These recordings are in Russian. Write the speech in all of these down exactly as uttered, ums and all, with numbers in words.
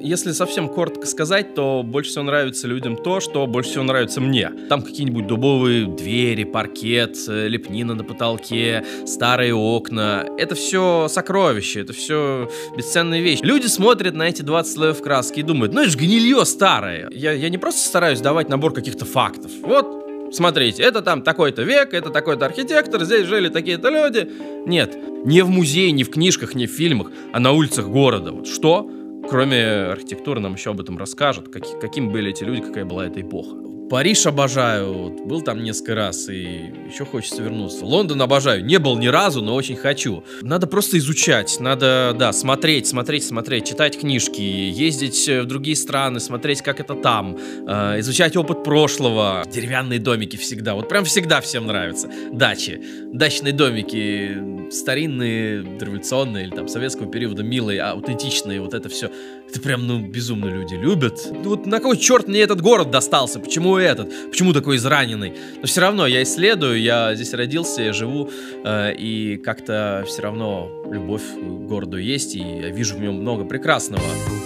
если совсем коротко сказать, то больше всего нравится людям то, что больше всего нравится мне. Там какие-нибудь дубовые двери, паркет, лепнина на потолке, старые окна. Это все сокровища, это все бесценные вещи. Люди смотрят на эти двадцать слоев краски и думают, ну это же гнилье старое. Я, я не просто стараюсь давать набор каких-то фактов. Вот, смотрите, это там такой-то век, это такой-то архитектор, здесь жили такие-то люди. Нет, не в музее, не в книжках, не в фильмах, а на улицах города. Вот что? Кроме архитектуры нам еще об этом расскажут, как, каким были эти люди, какая была эта эпоха. Париж обожаю, вот, был там несколько раз и еще хочется вернуться. Лондон обожаю, не был ни разу, но очень хочу. Надо просто изучать, надо, да, смотреть, смотреть, смотреть, читать книжки, ездить в другие страны, смотреть, как это там, э, изучать опыт прошлого. Деревянные домики всегда, вот прям всегда всем нравятся. Дачи, дачные домики, старинные, революционные или там советского периода, милые, аутентичные, вот это все. Это прям, ну, безумно люди любят. Ну, вот на кой черт мне этот город достался? Почему этот? Почему такой израненный? Но все равно я исследую, я здесь родился, я живу, э, и как-то все равно любовь к городу есть, и я вижу в нем много прекрасного.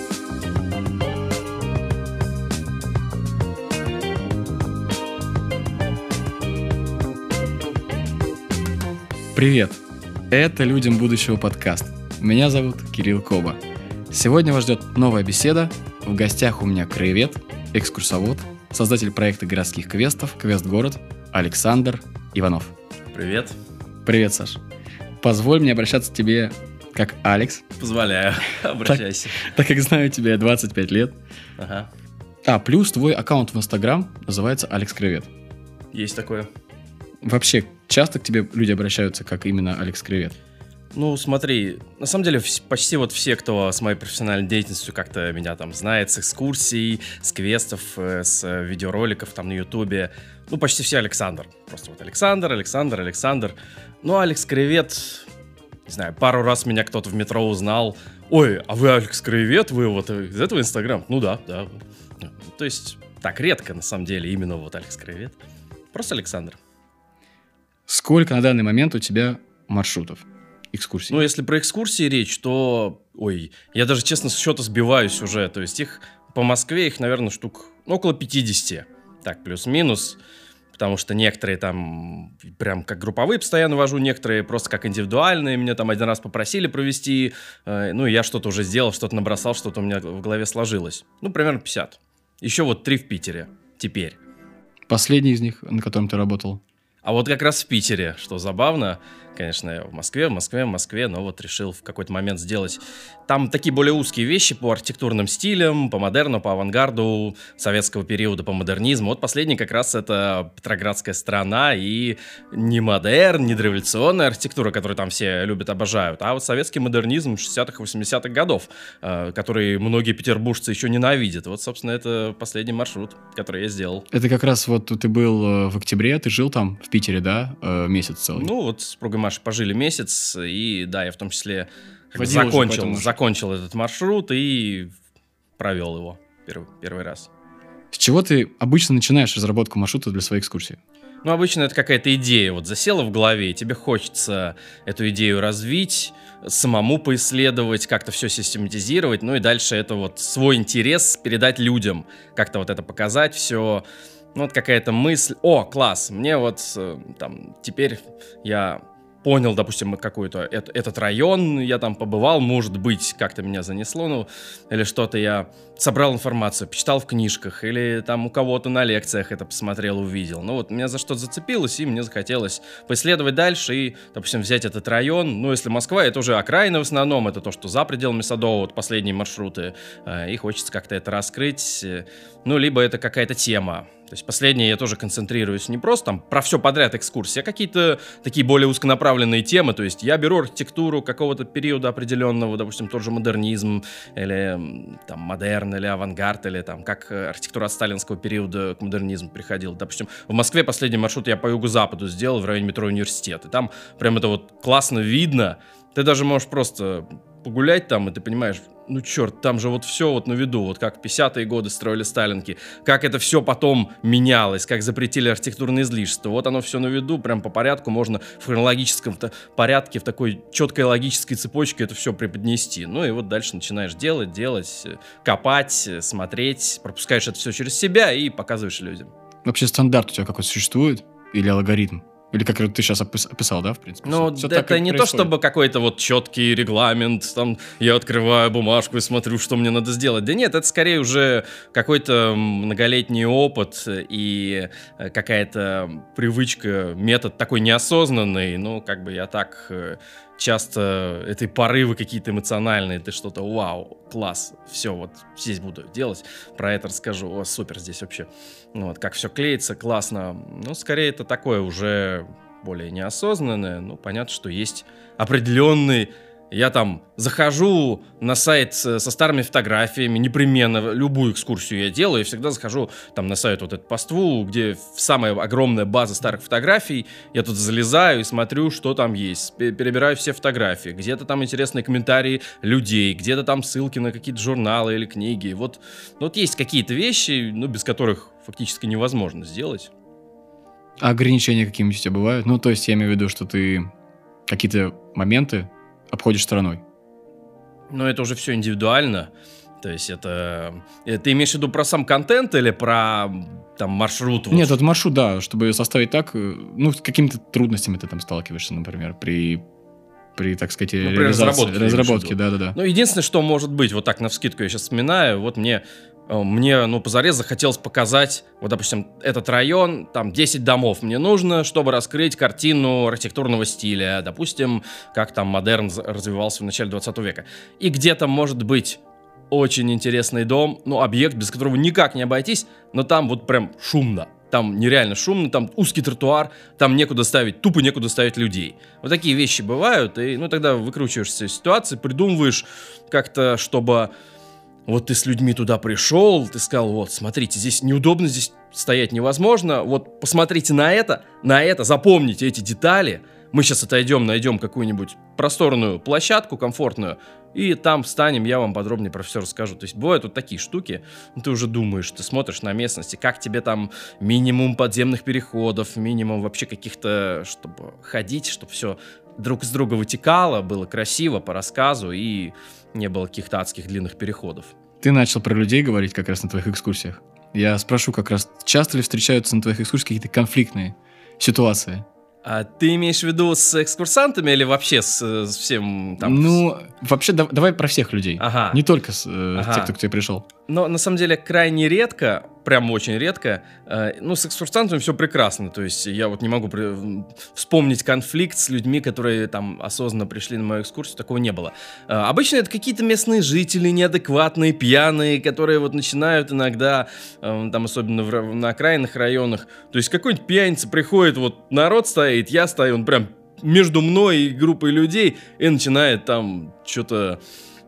Привет! Это «Людям будущего» подкаст. Меня зовут Кирилл Коба. Сегодня вас ждет новая беседа. В гостях у меня краевед, экскурсовод, создатель проекта городских квестов «Квест Город» Александр Иванов. Привет. Привет, Саш. Позволь мне обращаться к тебе как Алекс. Позволяю, обращайся. Так, так как знаю тебя двадцать пять лет. Ага. А, плюс твой аккаунт в Инстаграм называется Алекс Краевед. Есть такое. Вообще, часто к тебе люди обращаются как именно Алекс Краевед? Ну, смотри, на самом деле почти вот все, кто с моей профессиональной деятельностью как-то меня там знает, с экскурсий, с квестов, с видеороликов там на ютубе, ну, почти все Александр. Просто вот Александр, Александр, Александр. Ну, Алекс Краевед, не знаю, пару раз меня кто-то в метро узнал. Ой, а вы Алекс Краевед? Вы вот из этого Инстаграма? Ну да, да. То есть так редко, на самом деле, именно вот Алекс Краевед. Просто Александр. Сколько на данный момент у тебя маршрутов? Экскурсий. Ну, если про экскурсии речь, то, ой, я даже, честно, с счета сбиваюсь уже. То есть их по Москве, их, наверное, штук ну, около пятьдесят. Так, плюс-минус. Потому что некоторые там прям как групповые постоянно вожу, некоторые просто как индивидуальные. Меня там один раз попросили провести. Э, ну, и я что-то уже сделал, что-то набросал, что-то у меня в голове сложилось. Ну, примерно пятьдесят. Еще вот три в Питере. Теперь. Последний из них, на котором ты работал? А вот как раз в Питере, что забавно, конечно, я в Москве, в Москве, в Москве, но вот решил в какой-то момент сделать там такие более узкие вещи по архитектурным стилям, по модерну, по авангарду советского периода, по модернизму. Вот последний как раз это Петроградская страна и не модерн, не революционная архитектура, которую там все любят, обожают, а вот советский модернизм шестидесятых, восьмидесятых годов, который многие петербуржцы еще ненавидят. Вот, собственно, это последний маршрут, который я сделал. Это как раз вот ты был в октябре, ты жил там в Питере, да, месяц целый? Ну, вот с супругой Машей пожили месяц, и да, я в том числе закончил, закончил этот маршрут и провел его первый, первый раз. С чего ты обычно начинаешь разработку маршрута для своей экскурсии? Ну, обычно это какая-то идея вот засела в голове, и тебе хочется эту идею развить, самому поисследовать, как-то все систематизировать, ну и дальше это вот свой интерес передать людям, как-то вот это показать все. Ну, вот какая-то мысль, о, класс, мне вот там теперь я понял, допустим, какой-то этот, этот район, я там побывал, может быть, как-то меня занесло, ну, или что-то я собрал информацию, почитал в книжках, или там у кого-то на лекциях это посмотрел, увидел. Ну, вот меня за что-то зацепилось, и мне захотелось поисследовать дальше и, допустим, взять этот район. Ну, если Москва, это уже окраины в основном, это то, что за пределами Садового, вот последние маршруты, и хочется как-то это раскрыть. Ну, либо это какая-то тема. То есть последнее я тоже концентрируюсь не просто там про все подряд экскурсии, а какие-то такие более узконаправленные темы. То есть я беру архитектуру какого-то периода определенного, допустим, тот же модернизм, или там модерн, или авангард, или там как архитектура от сталинского периода к модернизму приходила. Допустим, в Москве последний маршрут я по юго-западу сделал в районе метро Университет. И там прям это вот классно видно, Ты даже можешь просто погулять там, и ты понимаешь, ну черт, там же вот все вот на виду, вот как в пятидесятые годы строили сталинки, как это все потом менялось, как запретили архитектурные излишества. Вот оно все на виду, прям по порядку можно в хронологическом порядке, в такой четкой логической цепочке это все преподнести. Ну и вот дальше начинаешь делать, делать, копать, смотреть, пропускаешь это все через себя и показываешь людям. Вообще стандарт у тебя какой-то существует? Или алгоритм? Или как ты сейчас описал, да, в принципе? Ну, все, это все не то, чтобы какой-то вот четкий регламент, там, я открываю бумажку и смотрю, что мне надо сделать. Да нет, это скорее уже какой-то многолетний опыт и какая-то привычка, метод такой неосознанный. Ну, как бы я так часто, этой порывы какие-то эмоциональные, ты что-то, вау, класс, все, вот здесь буду делать, про это расскажу, о, супер здесь вообще. Вот, как все клеится, классно. Ну, скорее это такое уже более неосознанное. Ну, понятно, что есть определенный... Я там захожу на сайт со старыми фотографиями, непременно любую экскурсию я делаю, и всегда захожу там на сайт вот эту паству, где самая огромная база старых фотографий, я тут залезаю и смотрю, что там есть, перебираю все фотографии, где-то там интересные комментарии людей, где-то там ссылки на какие-то журналы или книги, вот, вот есть какие-то вещи, ну, без которых фактически невозможно сделать. А ограничения какие-нибудь у тебя бывают? Ну, то есть я имею в виду, что ты какие-то моменты обходишь стороной. Но это уже все индивидуально. То есть это... Ты имеешь в виду про сам контент или про там маршрут? Нет, вот маршрут, да, чтобы составить так, ну, с какими-то трудностями ты там сталкиваешься, например, при... при, так сказать, ну, реализации, разработке, разработке, да-да-да. Ну, единственное, что может быть, вот так навскидку я сейчас вспоминаю, вот мне, мне, ну, позарез захотелось показать, вот, допустим, этот район, там, десять домов мне нужно, чтобы раскрыть картину архитектурного стиля, допустим, как там модерн развивался в начале двадцатого века. И где-то может быть очень интересный дом, ну, объект, без которого никак не обойтись, но там вот прям шумно. Там нереально шумно, там узкий тротуар, там некуда ставить, тупо некуда ставить людей. Вот такие вещи бывают, и ну тогда выкручиваешься из ситуации, придумываешь как-то, чтобы вот ты с людьми туда пришел, ты сказал, вот, смотрите, здесь неудобно, здесь стоять невозможно, вот посмотрите на это, на это, запомните эти детали, мы сейчас отойдем, найдем какую-нибудь просторную площадку, комфортную, и там встанем, я вам подробнее про все расскажу. То есть бывают вот такие штуки, ты уже думаешь, ты смотришь на местности, как тебе там минимум подземных переходов, минимум вообще каких-то, чтобы ходить, чтобы все друг с друга вытекало, было красиво по рассказу и не было каких-то адских длинных переходов. Ты начал про людей говорить как раз на твоих экскурсиях. Я спрошу как раз, часто ли встречаются на твоих экскурсиях какие-то конфликтные ситуации? А ты имеешь в виду с экскурсантами или вообще с, с всем там? Ну, вообще, да, давай про всех людей. Ага. Не только с э, ага. тех, кто к тебе пришел. Но на самом деле крайне редко, прям очень редко, э, ну, с экскурсантами все прекрасно. То есть я вот не могу при... вспомнить конфликт с людьми, которые там осознанно пришли на мою экскурсию, такого не было. Э, обычно это какие-то местные жители, неадекватные, пьяные, которые вот начинают иногда, э, там особенно в, на окраинных районах, то есть какой-нибудь пьяница приходит, вот народ стоит, я стою, он прям между мной и группой людей и начинает там что-то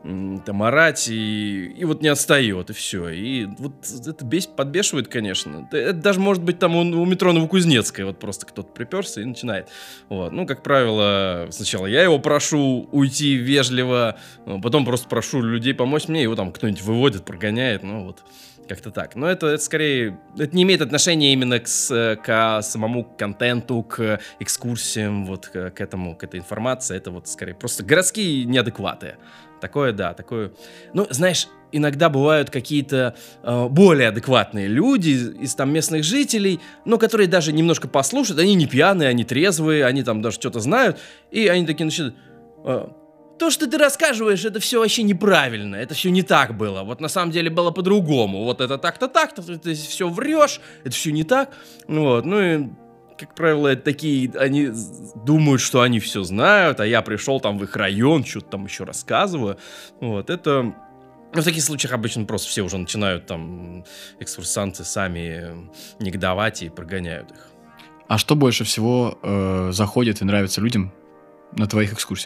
там орать и, и вот не отстает, и все. И вот это бесит, подбешивает, конечно. Это даже может быть там у, у метро Новокузнецкой вот просто кто-то приперся и начинает. Вот. Ну, как правило, сначала я его прошу уйти вежливо, потом просто прошу людей помочь мне, его там кто-нибудь выводит, прогоняет, ну вот. Как-то так. Но это, это скорее... Это не имеет отношения именно к, к самому контенту, к экскурсиям, вот к, к этому, к этой информации. Это вот скорее просто городские неадекваты. Такое, да, такое... Ну, знаешь, иногда бывают какие-то э, более адекватные люди из, из там местных жителей, но которые даже немножко послушают. Они не пьяные, они трезвые, они там даже что-то знают. И они такие начинают... Э, То, что ты рассказываешь, это все вообще неправильно, это все не так было, вот на самом деле было по-другому, вот это так-то так-то, ты все врешь, это все не так, вот, ну и, как правило, это такие, они думают, что они все знают, а я пришел там в их район, что-то там еще рассказываю, вот, это... Ну, в таких случаях обычно просто все уже начинают там, экскурсанты сами негодовать и прогоняют их. А что больше всего э, заходит и нравится людям на твоих экскурсиях?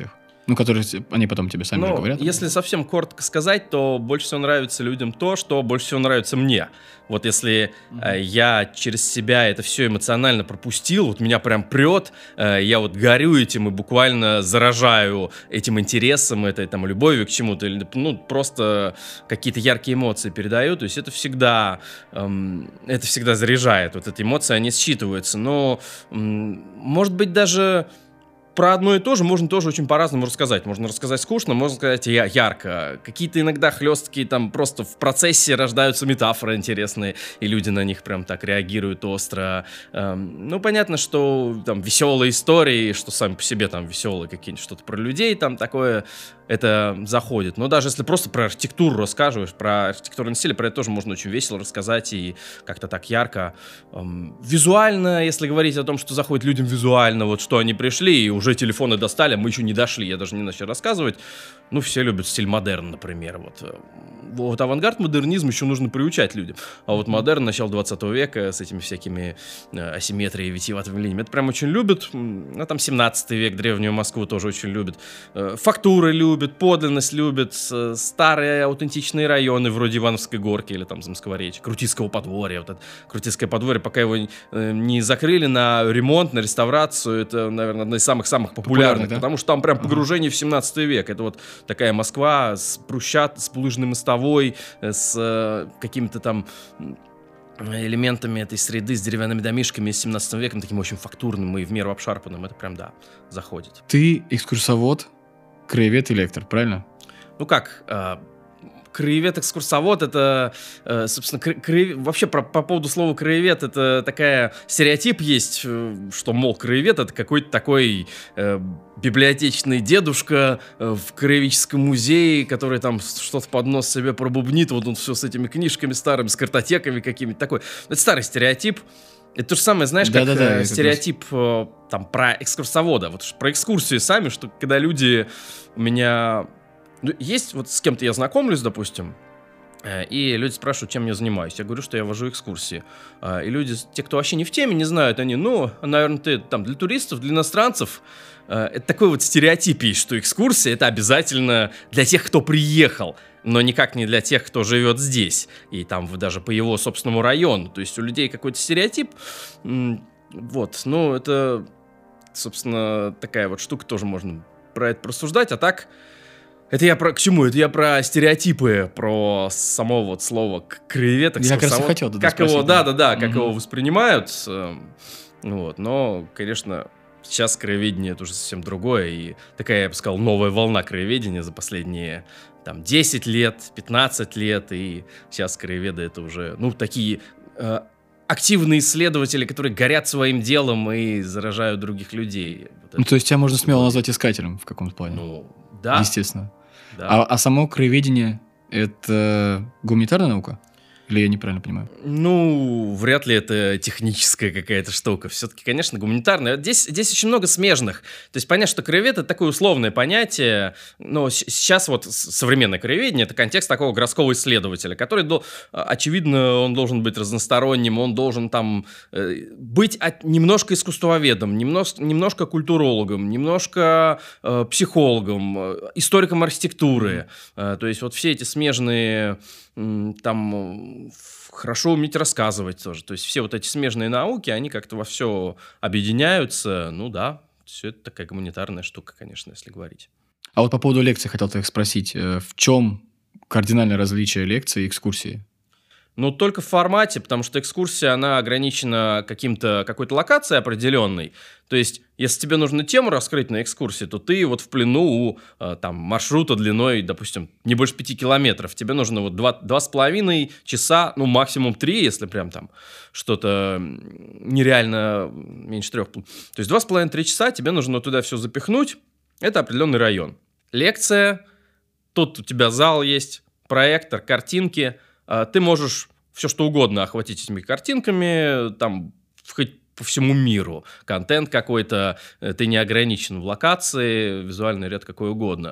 Ну, которые они потом тебе сами Ну, же говорят. если совсем коротко сказать, то больше всего нравится людям то, что больше всего нравится мне. Вот если Мгм. э, я через себя это все эмоционально пропустил, вот меня прям прет, э, я вот горю этим и буквально заражаю этим интересом, этой там любовью к чему-то, или ну просто какие-то яркие эмоции передаю, то есть это всегда, эм, это всегда заряжает, вот эти эмоции, они считываются, но м, может быть даже... Про одно и то же можно тоже очень по-разному рассказать. Можно рассказать скучно, можно сказать я- ярко. Какие-то иногда хлесткие там просто в процессе рождаются метафоры интересные, и люди на них прям так реагируют остро. Эм, ну, понятно, что там веселые истории, что сами по себе там веселые какие-нибудь, что-то про людей там такое, это заходит. Но даже если просто про архитектуру рассказываешь, про архитектурный стиль, про это тоже можно очень весело рассказать и как-то так ярко. Эм, визуально, если говорить о том, что заходит людям визуально, вот что они пришли и уже телефоны достали, мы еще не дошли, я даже не начал рассказывать. Ну, все любят стиль модерн, например. Вот, вот авангард, модернизм еще нужно приучать людям. А вот модерн, начало двадцатого века с этими всякими э, асимметрией, витиеватыми линиями, это прям очень любят. Ну, там семнадцатый век, древнюю Москву тоже очень любят. Э, фактуры любят, подлинность любят, э, старые аутентичные районы, вроде Ивановской горки или там Замоскворечья, Крутицкого подворья. Вот это Крутицкое подворье, пока его э, не закрыли на ремонт, на реставрацию, это, наверное, одна из самых-самых популярных, Популярный, да? потому что там прям Ага. погружение в семнадцатый век. Это вот такая Москва с брусчат, с булыжной мостовой, э, с э, какими-то там м, элементами этой среды, с деревянными домишками из семнадцатого века, таким очень фактурным и в меру обшарпанным. Это прям, да, заходит. Ты экскурсовод, краевед и лектор, правильно? Ну как, э, краевед-экскурсовод, это, э, собственно, кра- краев- вообще про- по поводу слова краевед, это такая стереотип есть, э, что, мол, краевед это какой-то такой э, библиотечный дедушка э, в краеведческом музее, который там с- что-то под нос себе пробубнит, вот он все с этими книжками старыми, с картотеками какими-то, такой. Это старый стереотип. Это то же самое, знаешь, как Да-да-да, э, я как стереотип э, там про экскурсовода, вот ш- про экскурсии сами, что когда люди у меня... Ну, есть, вот с кем-то я знакомлюсь, допустим, э, и люди спрашивают, чем я занимаюсь. Я говорю, что я вожу экскурсии. А, И люди, те, кто вообще не в теме, не знают, они, ну, наверное, ты там для туристов, для иностранцев. э, Это такой вот стереотип есть, что экскурсия это обязательно для тех, кто приехал, но никак не для тех, кто живет здесь. И там в- даже по его собственному району. То есть у людей какой-то стереотип. М, Вот, ну, это, собственно, такая вот штука, тоже можно про это просуждать. А так... Это я про... К чему? Это я про стереотипы, про само вот слово к- краевед, Я как раз и экскурсовод. хотел туда Как его, спросить, да. да-да-да, как Мгм. его воспринимают. эм, Вот, но, конечно, сейчас краеведение это уже совсем другое. И такая, я бы сказал, новая волна краеведения за последние там десять лет, пятнадцать лет. И сейчас краеведы это уже, ну, такие... э, активные исследователи, которые горят своим делом и заражают других людей. Вот Ну, это, то есть тебя можно смело назвать искателем в каком-то плане. ну, да, Естественно. да. А, а само краеведение — это гуманитарная наука? Или я неправильно понимаю? Ну, вряд ли это техническая какая-то штука. Все-таки, конечно, гуманитарная. Здесь, здесь очень много смежных. То есть понятно, что краевед — это такое условное понятие. Но с- сейчас вот с- современное краеведение — это контекст такого городского исследователя, который, до- очевидно, он должен быть разносторонним, он должен там э, быть от- немножко искусствоведом, немножко, немножко культурологом, немножко э, психологом, э, историком архитектуры. Э, то есть вот все эти смежные... м, там м, ф- хорошо уметь рассказывать тоже. То есть все вот эти смежные науки, они как-то во все объединяются. Ну да, все это такая гуманитарная штука, конечно, если говорить. А вот по поводу лекций хотел тебя спросить. э, В чем кардинальное различие лекции и экскурсии? Ну, только в формате, потому что экскурсия, она ограничена каким-то, какой-то локацией определенной. То есть, если тебе нужно тему раскрыть на экскурсии, то ты вот в плену у э, там, маршрута длиной, допустим, не больше пяти километров. Тебе нужно вот два, два с половиной часа, ну, максимум три, если прям там что-то м, нереально меньше трех. То есть, два с половиной-три часа тебе нужно туда все запихнуть. Это определенный район. Лекция, тут у тебя зал есть, проектор, картинки. А, Ты можешь все что угодно охватить этими картинками, там, хоть по всему миру. Контент какой-то, э, ты не ограничен в локации, визуальный ряд какой угодно.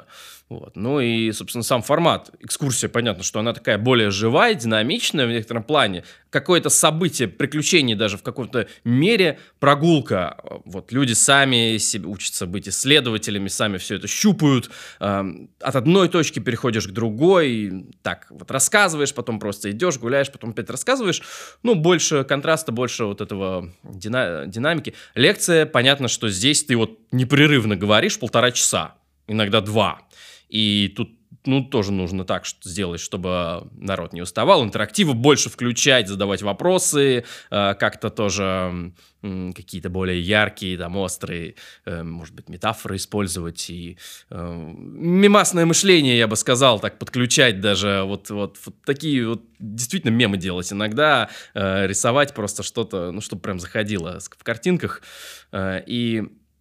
Вот. Ну и, собственно, сам формат. Экскурсия, понятно, что она такая более живая, динамичная в некотором плане. Какое-то событие, приключение даже в какой-то мере, прогулка. Вот люди сами себе учатся быть исследователями, сами все это щупают. Эм, от одной точки переходишь к другой. Так, вот рассказываешь, потом просто идешь, гуляешь, потом опять рассказываешь. Ну, больше контраста, больше вот этого дина- динамики. Лекция, понятно, что здесь ты вот непрерывно говоришь полтора часа, иногда два. И тут, ну, тоже нужно так сделать, чтобы народ не уставал. Интерактивы больше включать, задавать вопросы, э, как-то тоже э, какие-то более яркие, там, острые, э, может быть, метафоры использовать. И э, мемасное мышление, я бы сказал, так подключать даже. Вот, вот, вот такие вот действительно мемы делать иногда. Э, рисовать просто что-то, ну, чтобы прям заходило в картинках. Э, и...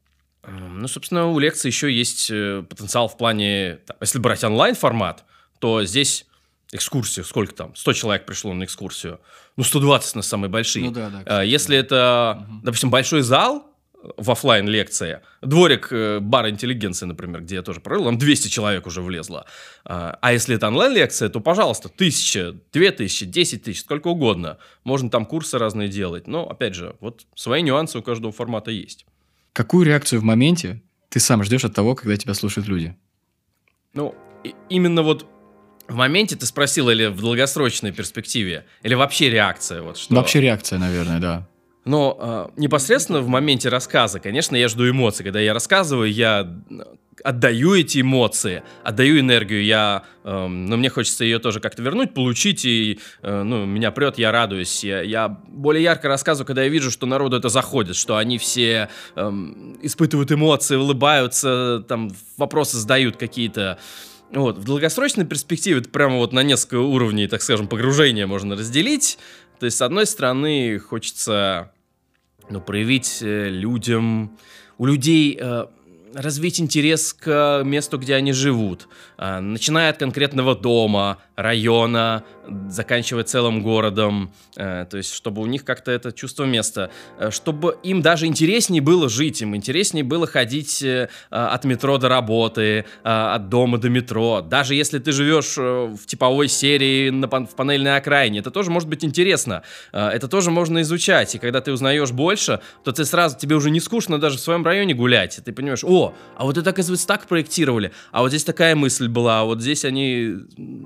Ну, собственно, у лекции еще есть потенциал в плане... Если брать онлайн-формат, то здесь экскурсия, сколько там? сто человек пришло на экскурсию. Ну, сто двадцать на самые большие. Ну, да, да, кстати. Если это, угу. допустим, большой зал в офлайн-лекции, дворик бара интеллигенции, например, где я тоже провел, там двести человек уже влезло. А если это онлайн-лекция, то, пожалуйста, тысяча, две тысячи, десять тысяч, сколько угодно. Можно там курсы разные делать. Но, опять же, вот свои нюансы у каждого формата есть. Какую реакцию в моменте ты сам ждешь от того, когда тебя слушают люди? Ну, и, именно вот в моменте ты спросил, или в долгосрочной перспективе, или вообще реакция? Вот, что... Вообще реакция, наверное, да. Но э, непосредственно в моменте рассказа, конечно, я жду эмоций. Когда я рассказываю, я отдаю эти эмоции, отдаю энергию, я, э, но мне хочется ее тоже как-то вернуть, получить, и э, ну, меня прет, я радуюсь. Я, я более ярко рассказываю, когда я вижу, что народу это заходит, что они все э, испытывают эмоции, улыбаются, там, вопросы задают какие-то. Вот. В долгосрочной перспективе это прямо вот на несколько уровней, так скажем, погружения можно разделить. То есть, с одной стороны, хочется, ну, проявить э, людям, у людей э, развить интерес к месту, где они живут, э, начиная от конкретного дома, района, заканчивая целым городом, э, то есть, чтобы у них как-то это чувство места, э, чтобы им даже интереснее было жить, им интереснее было ходить э, от метро до работы, э, от дома до метро, даже если ты живешь э, в типовой серии на пан- в панельной окраине, это тоже может быть интересно, э, это тоже можно изучать, и когда ты узнаешь больше, то ты сразу, тебе уже не скучно даже в своем районе гулять, и ты понимаешь, о, а вот это, оказывается, так проектировали, а вот здесь такая мысль была, а вот здесь они...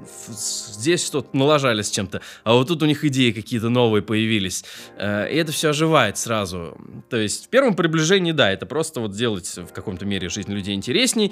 здесь что-то налажали с чем-то, а вот тут у них идеи какие-то новые появились. И это все оживает сразу. То есть в первом приближении, да, это просто вот сделать в каком-то мере жизнь людей интересней,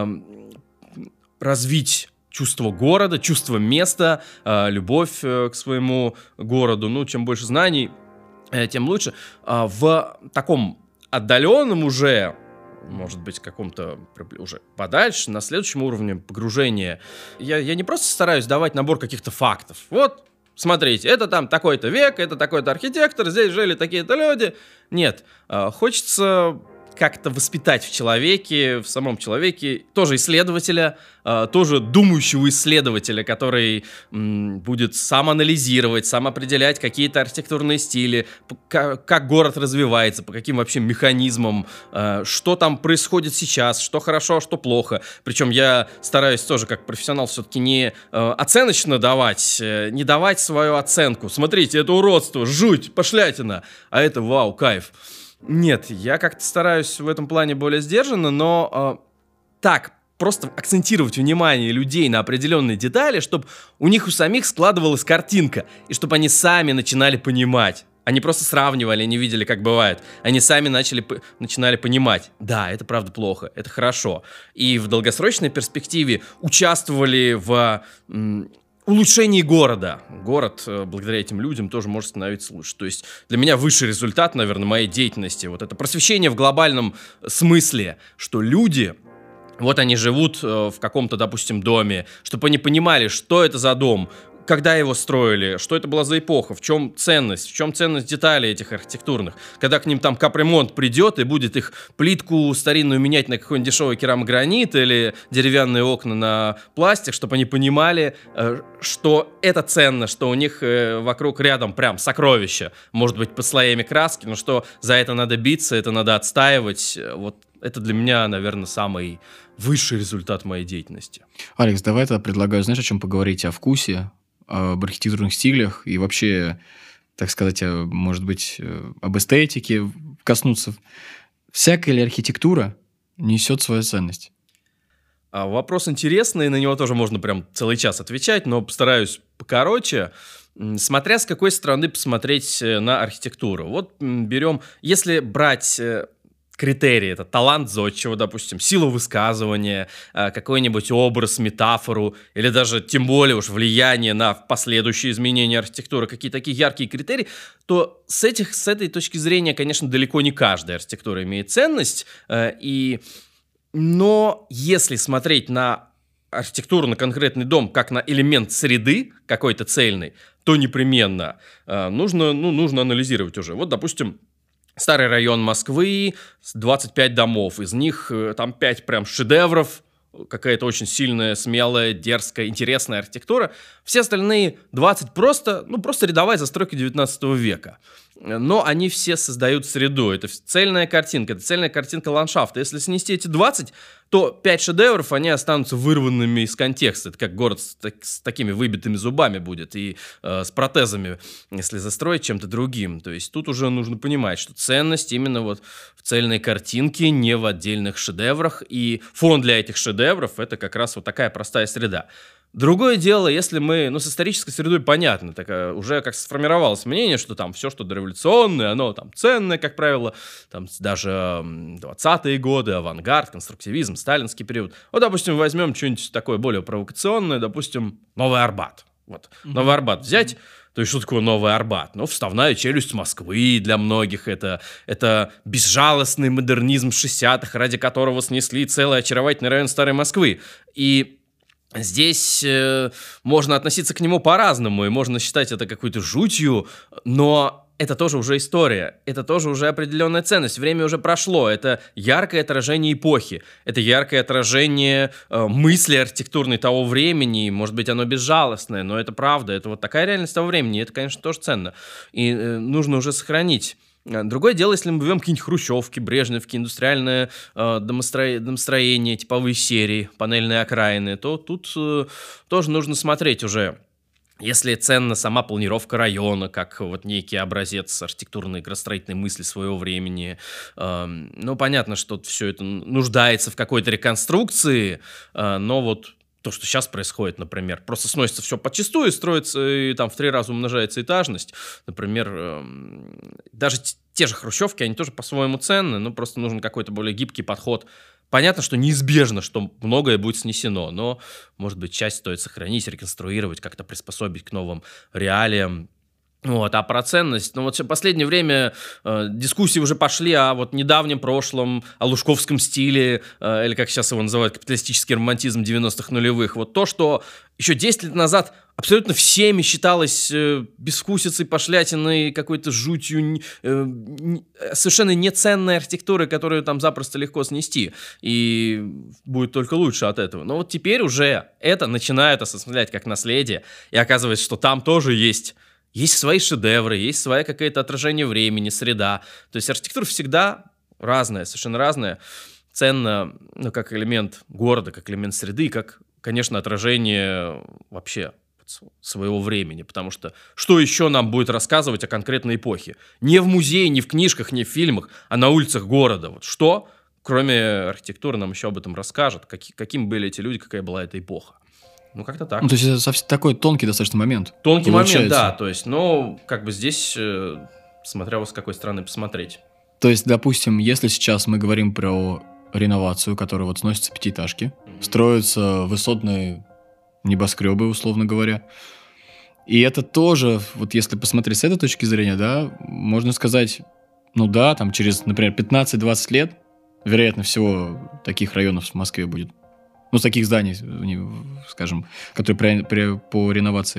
развить чувство города, чувство места, любовь к своему городу. Ну, чем больше знаний, тем лучше. В таком отдаленном уже, может быть, каком-то уже подальше, на следующем уровне погружения. Я, я не просто стараюсь давать набор каких-то фактов. Вот, смотрите, это там такой-то век, это такой-то архитектор, здесь жили такие-то люди. Нет, хочется как-то воспитать в человеке, в самом человеке, тоже исследователя, тоже думающего исследователя, который м, будет сам анализировать, сам определять какие-то архитектурные стили, как, как город развивается, по каким вообще механизмам, что там происходит сейчас, что хорошо, а что плохо. Причем я стараюсь тоже как профессионал все-таки не оценочно давать, не давать свою оценку. Смотрите, это уродство, жуть, пошлятина, а это вау, кайф. Нет, я как-то стараюсь в этом плане более сдержанно, но э, так, просто акцентировать внимание людей на определенные детали, чтобы у них у самих складывалась картинка, и чтобы они сами начинали понимать. Они просто сравнивали, они видели, как бывает. Они сами начали, начинали понимать, да, это правда плохо, это хорошо. И в долгосрочной перспективе участвовали в... М- улучшении города. Город, благодаря этим людям, тоже может становиться лучше. То есть для меня высший результат, наверное, моей деятельности, вот это просвещение в глобальном смысле, что люди, вот они живут в каком-то, допустим, доме, чтобы они понимали, что это за дом, когда его строили, что это была за эпоха, в чем ценность, в чем ценность деталей этих архитектурных. Когда к ним там капремонт придет и будет их плитку старинную менять на какой-нибудь дешевый керамогранит или деревянные окна на пластик, чтобы они понимали, что это ценно, что у них вокруг рядом прям сокровища, может быть, под слоями краски, но что за это надо биться, это надо отстаивать. Вот это для меня, наверное, самый высший результат моей деятельности. Алекс, давай тогда предлагаю, знаешь, о чем поговорить? О вкусе, об архитектурных стилях и вообще, так сказать, может быть, об эстетике коснуться. Всякая ли архитектура несет свою ценность? Вопрос интересный, на него тоже можно прям целый час отвечать, но постараюсь покороче. Смотря с какой стороны посмотреть на архитектуру. Вот берем, если брать критерии, это талант зодчего, допустим, сила высказывания, какой-нибудь образ, метафору, или даже, тем более уж, влияние на последующие изменения архитектуры, какие такие яркие критерии, то с, этих, с этой точки зрения, конечно, далеко не каждая архитектура имеет ценность, и... но если смотреть на архитектуру, на конкретный дом, как на элемент среды какой-то цельной, то непременно нужно, ну, нужно анализировать уже. Вот, допустим, старый район Москвы, двадцать пять домов, из них там пять прям шедевров, какая-то очень сильная, смелая, дерзкая, интересная архитектура. Все остальные двадцать просто, ну, просто рядовая застройка девятнадцатого века. Но они все создают среду. Это цельная картинка, это цельная картинка ландшафта. Если снести эти двадцать, то пять шедевров, они останутся вырванными из контекста. Это как город с, так, с такими выбитыми зубами будет и э, с протезами, если застроить чем-то другим. То есть тут уже нужно понимать, что ценность именно вот в цельной картинке, не в отдельных шедеврах. И фон для этих шедевров — это как раз вот такая простая среда. Другое дело, если мы, ну, с исторической средой понятно, так, уже как сформировалось мнение, что там все, что дореволюционное, оно там ценное, как правило, там даже двадцатые годы, авангард, конструктивизм, сталинский период. Вот, допустим, возьмем что-нибудь такое более провокационное, допустим, Новый Арбат. Вот, mm-hmm. Новый Арбат взять, то есть что такое Новый Арбат? Ну, вставная челюсть Москвы для многих, это, это безжалостный модернизм шестидесятых, ради которого снесли целый очаровательный район Старой Москвы. И здесь э, можно относиться к нему по-разному, и можно считать это какой-то жутью, но это тоже уже история, это тоже уже определенная ценность, время уже прошло, это яркое отражение эпохи, это яркое отражение э, мысли архитектурной того времени, может быть, оно безжалостное, но это правда, это вот такая реальность того времени, и это, конечно, тоже ценно, и э, нужно уже сохранить. Другое дело, если мы берем какие-нибудь хрущевки, брежневки, индустриальное э, домостро... домостроение, типовые серии, панельные окраины, то тут э, тоже нужно смотреть уже. Если ценна сама планировка района, как вот некий образец архитектурной градостроительной мысли своего времени, э, ну, понятно, что все это нуждается в какой-то реконструкции, э, но вот то, что сейчас происходит, например, просто сносится все подчистую, строится, и там в три раза умножается этажность. Например, э, даже те же хрущевки, они тоже по-своему ценны, но просто нужен какой-то более гибкий подход. Понятно, что неизбежно, что многое будет снесено, но, может быть, часть стоит сохранить, реконструировать, как-то приспособить к новым реалиям. Вот, а про ценность, ну вот в последнее время э, дискуссии уже пошли о вот недавнем прошлом, о лужковском стиле, э, или как сейчас его называют, капиталистический романтизм девяностых нулевых. Вот то, что еще десять лет назад абсолютно всеми считалось э, безвкусицей, пошлятиной, какой-то жутью, э, совершенно неценной архитектурой, которую там запросто легко снести, и будет только лучше от этого. Но вот теперь уже это начинают осознавать как наследие, и оказывается, что там тоже есть... Есть свои шедевры, есть свое какое-то отражение времени, среда. То есть архитектура всегда разная, совершенно разная. Ценна, ну, как элемент города, как элемент среды, как, конечно, отражение вообще своего времени. Потому что что еще нам будет рассказывать о конкретной эпохе? Не в музее, не в книжках, не в фильмах, а на улицах города. Вот что, кроме архитектуры, нам еще об этом расскажут? Как, какими были эти люди, какая была эта эпоха? Ну, как-то так. Ну, то есть это совсем такой тонкий достаточно момент. Тонкий получается. момент, да. То есть, ну, как бы здесь, э, смотря вот с какой стороны посмотреть. То есть, допустим, если сейчас мы говорим про реновацию, которая вот сносится пятиэтажки, mm-hmm. строятся высотные небоскребы, условно говоря. И это тоже, вот если посмотреть с этой точки зрения, да, можно сказать, ну да, там через, например, пятнадцать-двадцать лет, вероятно всего, таких районов в Москве будет. Ну, с таких зданий, скажем, которые при, при, по реновации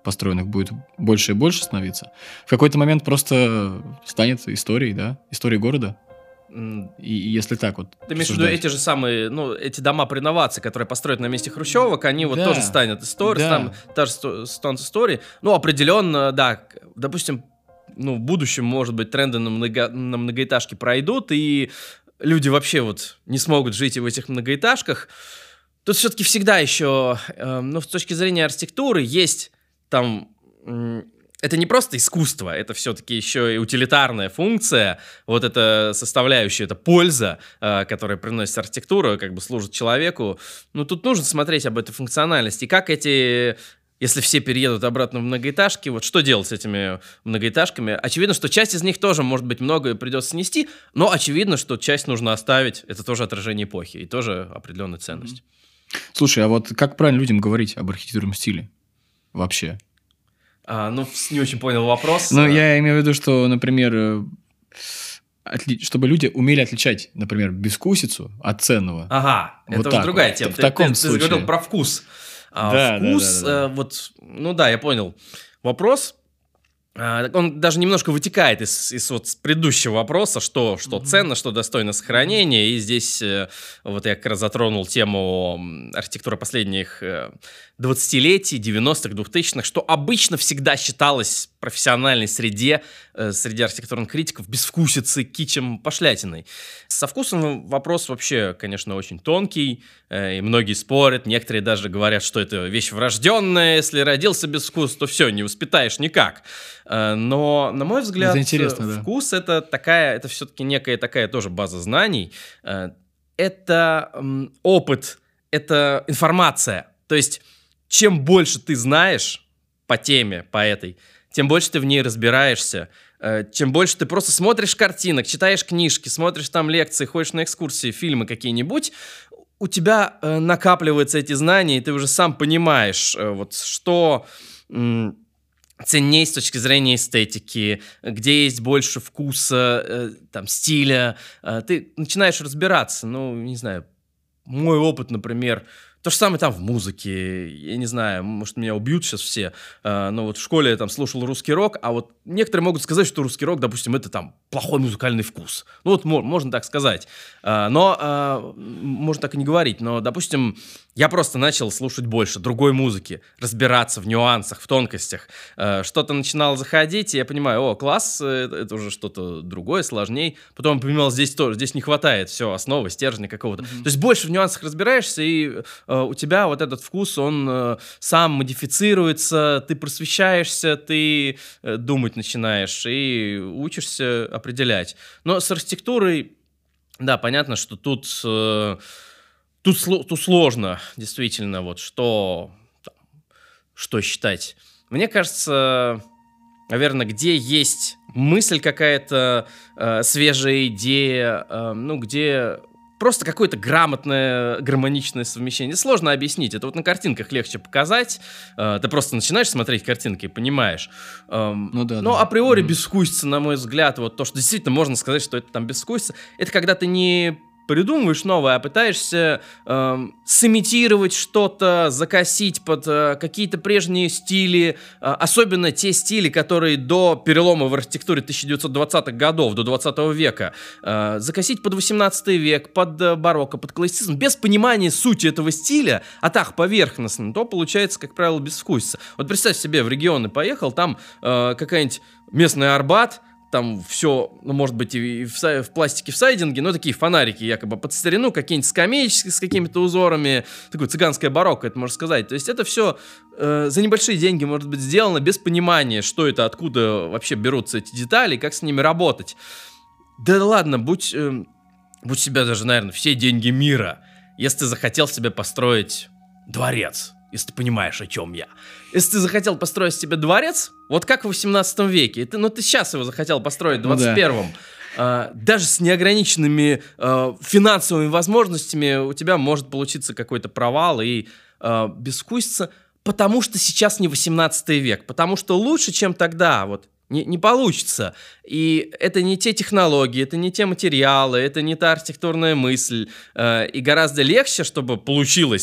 построенных будет больше и больше становиться, в какой-то момент просто станет историей, да, историей города. И если так вот Ты имеешь в виду эти же самые, ну, эти дома по реновации, которые построят на месте хрущевок, они вот да. тоже станут историей, да. там та же станут историей. Ну, определенно, да, допустим, ну, в будущем, может быть, тренды на, много, на многоэтажки пройдут, и люди вообще вот не смогут жить в этих многоэтажках. Тут все-таки всегда еще, э, ну, с точки зрения архитектуры, есть там... Э, это не просто искусство, это все-таки еще и утилитарная функция, вот эта составляющая, это польза, э, которая приносит архитектура, как бы служит человеку. Ну, тут нужно смотреть об этой функциональности. И как эти, если все переедут обратно в многоэтажки, вот что делать с этими многоэтажками? Очевидно, что часть из них тоже, может быть, многое придется снести, но очевидно, что часть нужно оставить. Это тоже отражение эпохи и тоже определенная ценность. Слушай, а вот как правильно людям говорить об архитектурном стиле вообще? А, ну, не очень понял вопрос. Ну, я имею в виду, что, например, отли... чтобы люди умели отличать, например, безвкусицу от ценного. Ага, вот это уже другая тема. В ты, таком ты, случае. Ты говорил про вкус. А, да, вкус, да, да, да. Э, вот, ну да, я понял вопрос. Он даже немножко вытекает из, из вот предыдущего вопроса, что, что mm-hmm. ценно, что достойно сохранения. И здесь вот я как раз затронул тему архитектуры последних двадцатилетий, девяностых, двухтысячных, что обычно всегда считалось в профессиональной среде, среди архитектурных критиков, безвкусицей, кичем, пошлятиной. Со вкусом вопрос вообще, конечно, очень тонкий, и многие спорят, некоторые даже говорят, что это вещь врожденная, если родился без вкуса, то все, не воспитаешь никак. Но, на мой взгляд, это вкус да. это такая, это все-таки некая такая тоже база знаний. Это м, опыт, это информация. То есть, чем больше ты знаешь по теме, по этой, тем больше ты в ней разбираешься. Чем больше ты просто смотришь картинок, читаешь книжки, смотришь там лекции, ходишь на экскурсии, фильмы какие-нибудь, у тебя накапливаются эти знания, и ты уже сам понимаешь, вот что... М, ценней с точки зрения эстетики, где есть больше вкуса, э, там, стиля. Э, ты начинаешь разбираться. Ну, не знаю, мой опыт, например, то же самое там в музыке. Я не знаю, может, меня убьют сейчас все, э, но вот в школе я там слушал русский рок, а вот некоторые могут сказать, что русский рок, допустим, это там плохой музыкальный вкус. Ну вот можно так сказать. Э, но, э, можно так и не говорить, но, допустим, я просто начал слушать больше другой музыки, разбираться в нюансах, в тонкостях. Э, что-то начинало заходить, и я понимаю, о, класс, это, это уже что-то другое, сложнее. Потом я понимал, здесь тоже, здесь не хватает все, основы, стержня какого-то. Mm-hmm. То есть больше в нюансах разбираешься, и э, у тебя вот этот вкус, он э, сам модифицируется, ты просвещаешься, ты э, думать начинаешь и учишься определять. Но с архитектурой, да, понятно, что тут... Э, Тут, тут сложно, действительно, вот что, что считать. Мне кажется, наверное, где есть мысль какая-то, э, свежая идея, э, ну, где просто какое-то грамотное, гармоничное совмещение. Сложно объяснить, это вот на картинках легче показать. Э, ты просто начинаешь смотреть картинки и понимаешь. Э, ну, да, но да. априори mm-hmm. безвкусица, на мой взгляд, вот то, что действительно можно сказать, что это там безвкусица, это когда ты не... придумываешь новое, а пытаешься э, сымитировать что-то, закосить под э, какие-то прежние стили, э, особенно те стили, которые до перелома в архитектуре тысяча девятьсот двадцатых годов, до двадцатого века, э, закосить под восемнадцатый век, под э, барокко, под классицизм, без понимания сути этого стиля, а так поверхностно, то получается, как правило, безвкусица. Вот представь себе, в регионы поехал, там э, какая-нибудь местный Арбат, там все, ну, может быть, и в, в пластике в сайдинге, но такие фонарики якобы под старину, какие-нибудь скамеечки с какими-то узорами, такое цыганское барокко, это можно сказать. То есть это все э, за небольшие деньги может быть сделано без понимания, что это, откуда вообще берутся эти детали, как с ними работать. Да ладно, будь, э, будь себя даже, наверное, все деньги мира, если ты захотел себе построить дворец, если ты понимаешь, о чем я. Если ты захотел построить себе дворец, вот как в восемнадцатом веке, и ты, ну ты сейчас его захотел построить в двадцать первом, ну, да. э, даже с неограниченными э, финансовыми возможностями у тебя может получиться какой-то провал и э, безвкусица, потому что сейчас не восемнадцатый век, потому что лучше, чем тогда, вот, не, не получится. И это не те технологии, это не те материалы, это не та архитектурная мысль, э, и гораздо легче, чтобы получилось,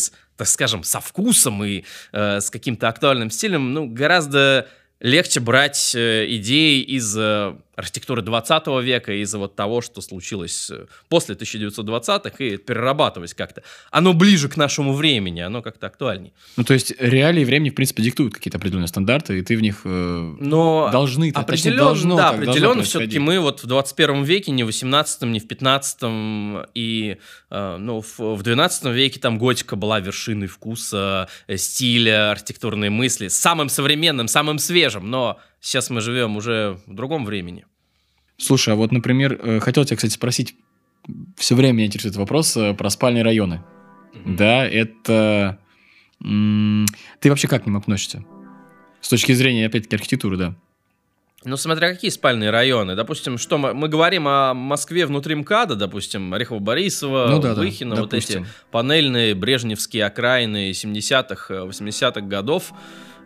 так скажем, со вкусом и э, с каким-то актуальным стилем, ну, гораздо легче брать э, идеи из э, архитектуры двадцатого века, из вот того, что случилось после тысяча девятьсот двадцатых, и перерабатывать как-то. Оно ближе к нашему времени, оно как-то актуальнее. Ну, то есть реалии времени, в принципе, диктуют какие-то определенные стандарты, и ты в них э, Но должны... Определенно, точнее, должно, да, так, определенно все-таки мы вот в двадцать первом веке, не в восемнадцатом, не в пятнадцатом, и э, ну, в, в двенадцатом веке там готика была вершиной вкуса, э, стиля, архитектурной мысли, самым современным, самым свежим, но сейчас мы живем уже в другом времени. Слушай, а вот, например, э, хотел тебя, кстати, спросить, все время меня интересует вопрос э, про спальные районы. Mm-hmm. Да, это... М- ты вообще как к ним относишься? С точки зрения, опять-таки, архитектуры, да. Ну, смотря какие спальные районы. Допустим, что мы, мы говорим о Москве внутри МКАДа, допустим, Орехово-Борисово, ну, да, Выхино, да, вот эти панельные брежневские окраины семидесятых, восьмидесятых годов.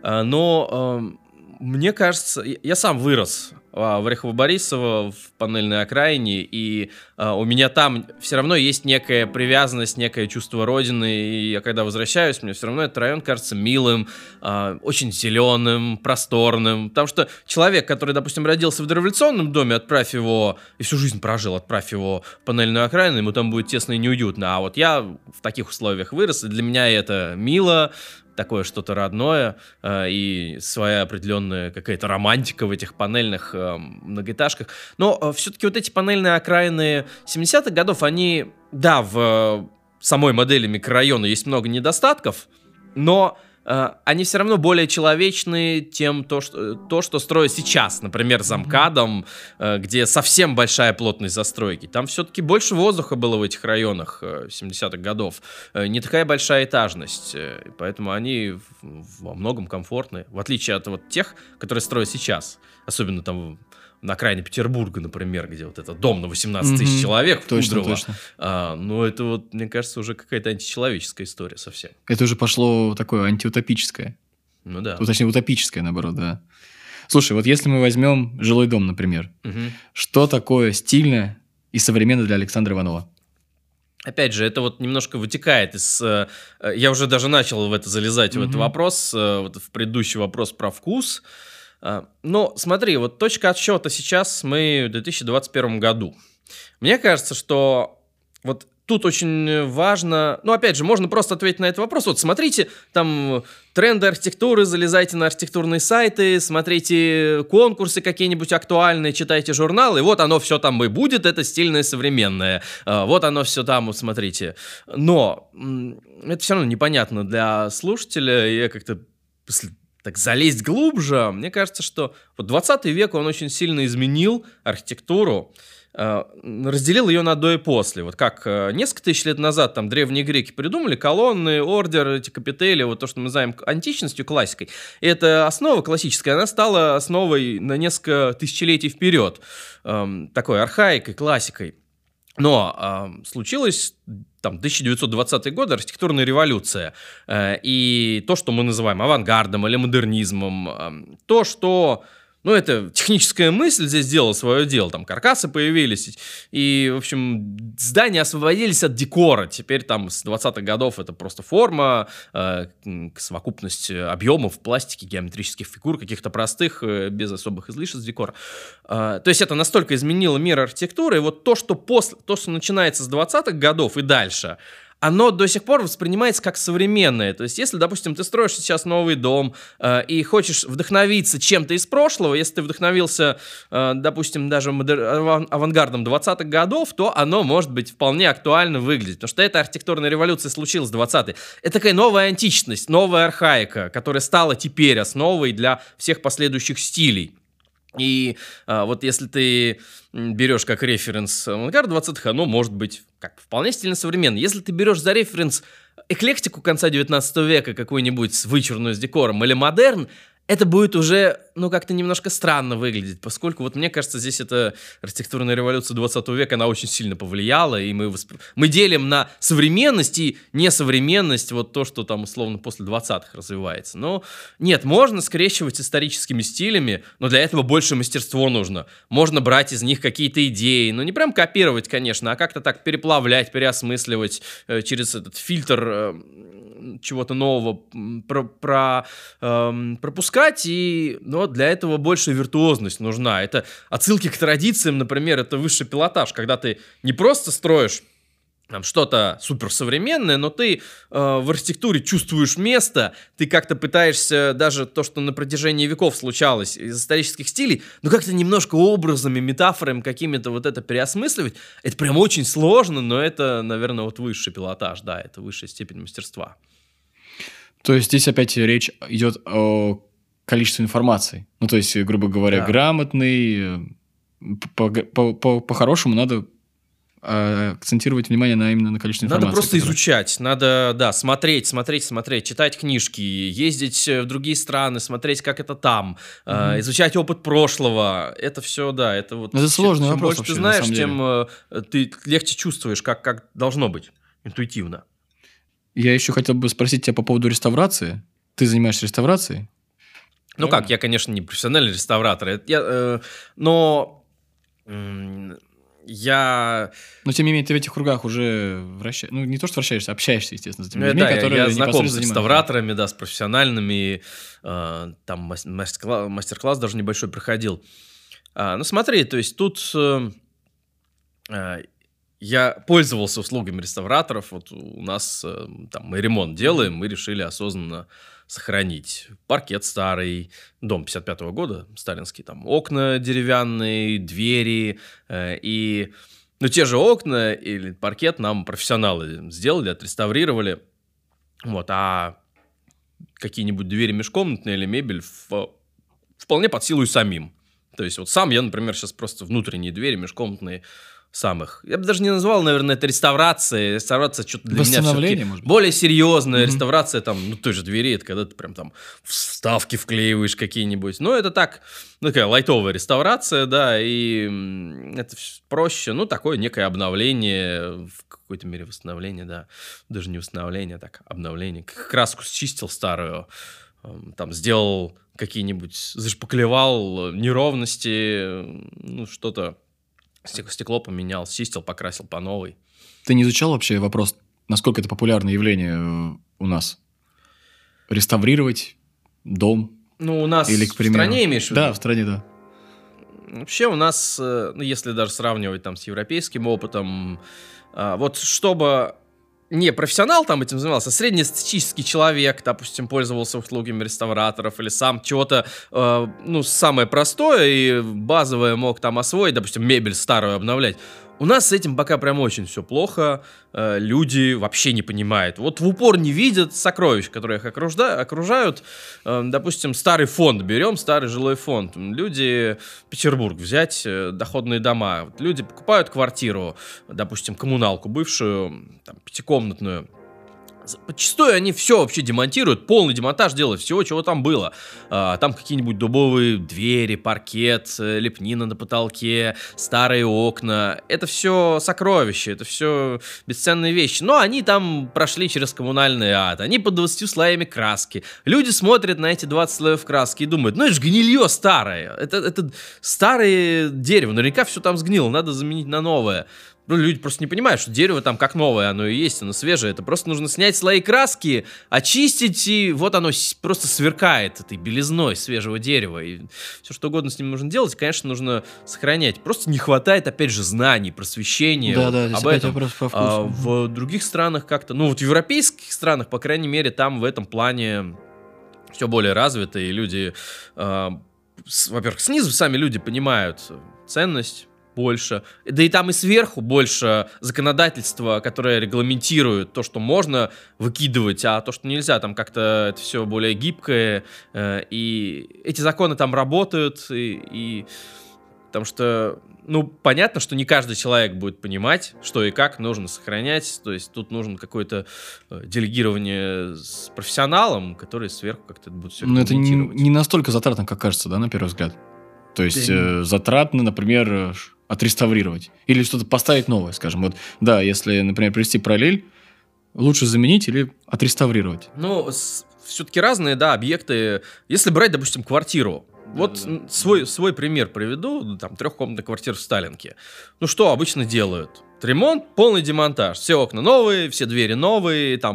Но мне кажется, я сам вырос в Орехово-Борисово, в панельной окраине, и а, у меня там все равно есть некая привязанность, некое чувство родины, и я когда возвращаюсь, мне все равно этот район кажется милым, а, очень зеленым, просторным, потому что человек, который, допустим, родился в дореволюционном доме, отправь его, и всю жизнь прожил, отправь его в панельную окраину, ему там будет тесно и неуютно, а вот я в таких условиях вырос, и для меня это мило, такое что-то родное, э, и своя определенная какая-то романтика в этих панельных э, многоэтажках. Но э, все-таки вот эти панельные окраины семидесятых годов, они, да, в э, самой модели микрорайона есть много недостатков, но э, они все равно более человечны, тем, то, что, то, что строят сейчас, например, за МКАДом, э, где совсем большая плотность застройки. Там все-таки больше воздуха было в этих районах э, семидесятых годов, э, не такая большая этажность, э, поэтому они в, во многом комфортны, в отличие от вот тех, которые строят сейчас, особенно там на окраине Петербурга, например, где вот этот дом на восемнадцать тысяч mm-hmm. человек в точно, Кудрово. точно. А, ну, это вот, мне кажется, уже какая-то античеловеческая история совсем. Это уже пошло такое антиутопическое. Ну да. Ну, точнее, утопическое, наоборот, да. Слушай, вот если мы возьмем жилой дом, например, угу. что такое стильное и современное для Александра Иванова? Опять же, это вот немножко вытекает из... Э, я уже даже начал в это залезать, mm-hmm. в этот вопрос, э, вот в предыдущий вопрос про вкус. Э, но смотри, вот точка отсчета сейчас мы в две тысячи двадцать первом году. Мне кажется, что вот тут очень важно... Ну, опять же, можно просто ответить на этот вопрос. Вот смотрите, там тренды архитектуры, залезайте на архитектурные сайты, смотрите конкурсы какие-нибудь актуальные, читайте журналы, и вот оно все там и будет, это стильное, современное. Вот оно все там, вот смотрите. Но это все равно непонятно для слушателя, я как-то... Так залезть глубже, мне кажется, что вот двадцатый век, он очень сильно изменил архитектуру, разделил ее на до и после. Вот как несколько тысяч лет назад там древние греки придумали колонны, ордер, эти капители, вот то, что мы называем античностью, классикой. И эта основа классическая, она стала основой на несколько тысячелетий вперед, эм, такой архаикой, классикой. Но э, случилось там тысяча девятьсот двадцатые годы, архитектурная революция, э, и то, что мы называем авангардом или модернизмом, э, то, что... Ну, это техническая мысль здесь сделала свое дело, там каркасы появились, и, в общем, здания освободились от декора, теперь там с двадцатых годов это просто форма, э, совокупность объемов, пластики, геометрических фигур, каких-то простых, э, без особых излишеств декора. Э, то есть это настолько изменило мир архитектуры, и вот то, что, после, то, что начинается с двадцатых годов и дальше, оно до сих пор воспринимается как современное. То есть, если, допустим, ты строишь сейчас новый дом э, и хочешь вдохновиться чем-то из прошлого, если ты вдохновился, э, допустим, даже модер... авангардом двадцатых годов, то оно может быть вполне актуально выглядеть. Потому что эта архитектурная революция случилась в двадцатые. Это такая новая античность, новая архаика, которая стала теперь основой для всех последующих стилей. И а, вот если ты берешь как референс авангард двадцатых, оно может быть как вполне стильно современно. Если ты берешь за референс эклектику конца девятнадцатого века, какую-нибудь вычурную с декором, или модерн, это будет уже, ну, как-то немножко странно выглядеть, поскольку, вот мне кажется, здесь эта архитектурная революция двадцатого века, она очень сильно повлияла, и мы, восп... мы делим на современность и несовременность, вот то, что там, условно, после двадцатых развивается. Но нет, можно скрещивать историческими стилями, но для этого больше мастерство нужно. Можно брать из них какие-то идеи, ну, не прям копировать, конечно, а как-то так переплавлять, переосмысливать э, через этот фильтр... Э, чего-то нового про, про, эм, пропускать, и ну, для этого больше виртуозность нужна. Это отсылки к традициям, например, это высший пилотаж, когда ты не просто строишь там что-то суперсовременное, но ты э, в архитектуре чувствуешь место, ты как-то пытаешься даже то, что на протяжении веков случалось из исторических стилей, ну как-то немножко образами, метафорами какими-то вот это переосмысливать. Это прям очень сложно, но это, наверное, вот высший пилотаж, да, это высшая степень мастерства. То есть здесь опять речь идет о количестве информации. Ну то есть, грубо говоря, да. Грамотный, по-хорошему надо акцентировать внимание на именно на количестве информации. Надо просто которая... изучать, надо, да, смотреть, смотреть, смотреть, читать книжки, ездить в другие страны, смотреть, как это там, mm-hmm. э, изучать опыт прошлого. Это все, да, это вот... Это сложный чем вопрос больше вообще, ты знаешь, тем э, ты легче чувствуешь, как, как должно быть, интуитивно. Я еще хотел бы спросить тебя по поводу реставрации. Ты занимаешься реставрацией? Ну как, я, конечно, не профессиональный реставратор, я, э, но... Э, Я... Но, тем не менее, ты в этих кругах уже вращаешься. Ну, не то, что вращаешься, общаешься, естественно, с этими ну, людьми, да, которые я, я знаком с реставраторами, занимаются. да, с профессиональными. Э, там мастер-класс, мастер-класс даже небольшой проходил. А, ну, смотри, то есть тут э, э, я пользовался услугами реставраторов. Вот у нас э, там мы ремонт делаем, мы решили осознанно сохранить паркет старый, дом пятьдесят пятого года, сталинский, там окна деревянные, двери, э, и, ну, те же окна или паркет нам профессионалы сделали, отреставрировали, вот, а какие-нибудь двери межкомнатные или мебель в, вполне под силу и самим. То есть вот сам я, например, сейчас просто внутренние двери межкомнатные самых. Я бы даже не назвал, наверное, это реставрацией. Реставрация что-то для меня все-таки более серьезная. Mm-hmm. Реставрация там, ну, той же двери, это когда ты прям там вставки вклеиваешь какие-нибудь. Но это так, ну, такая лайтовая реставрация, да, и это проще. Ну, такое некое обновление, в какой-то мере восстановление, да. Даже не восстановление, а так, обновление. Краску счистил старую, там, сделал какие-нибудь, зашпаклевал неровности, ну, что-то. Стекло поменял, чистил, покрасил по новой. Ты не изучал вообще вопрос, насколько это популярное явление у нас? Реставрировать дом? Ну, у нас или, к примеру... в стране имеешь в виду? Да, в стране, да. Вообще у нас, ну, если даже сравнивать там с европейским опытом, вот чтобы... не профессионал там этим занимался, а среднестатистический человек, допустим, пользовался услугами реставраторов или сам чего-то, э, ну, самое простое и базовое мог там освоить, допустим, мебель старую обновлять. У нас с этим пока прям очень все плохо, э, люди вообще не понимают. Вот в упор не видят сокровищ, которые их окружда- окружают. Э, допустим, старый фонд берем, старый жилой фонд. Люди, Петербург взять, э, доходные дома. Вот люди покупают квартиру, допустим, коммуналку бывшую, там, пятикомнатную. Подчастую они все вообще демонтируют, полный демонтаж делают всего, чего там было. А, там какие-нибудь дубовые двери, паркет, лепнина на потолке, старые окна. Это все сокровища, это все бесценные вещи. Но они там прошли через коммунальный ад, они под двадцатью слоями краски. Люди смотрят на эти двадцать слоев краски и думают, ну это же гнилье старое, это, это старое дерево, наверняка все там сгнило, надо заменить на новое. Ну, люди просто не понимают, что дерево там как новое, оно и есть, оно свежее. Это просто нужно снять слои краски, очистить, и вот оно просто сверкает этой белизной свежего дерева. И все, что угодно с ним нужно делать, конечно, нужно сохранять. Просто не хватает, опять же, знаний, просвещения да, вот да, об этом. А в других странах как-то, ну вот в европейских странах, по крайней мере, там в этом плане все более развито, и люди, э, с, во-первых, снизу сами люди понимают ценность больше, да и там и сверху больше законодательства, которое регламентирует то, что можно выкидывать, а то, что нельзя, там как-то это все более гибкое, э, и эти законы там работают, и, и потому что, ну, понятно, что не каждый человек будет понимать, что и как нужно сохранять, то есть тут нужно какое-то э, делегирование с профессионалом, который сверху как-то будет все регламентировать. Но это не, не настолько затратно, как кажется, да, на первый взгляд? То есть да, э, затратно, например, отреставрировать или что-то поставить новое, скажем. Вот, да, если, например, привести параллель, лучше заменить или отреставрировать? Ну, с- все-таки разные, да, объекты. Если брать, допустим, квартиру, вот Да-да-да. свой, свой пример приведу, там, трехкомнатная квартира в Сталинке. Ну, что обычно делают? Ремонт, полный демонтаж. Все окна новые, все двери новые, там,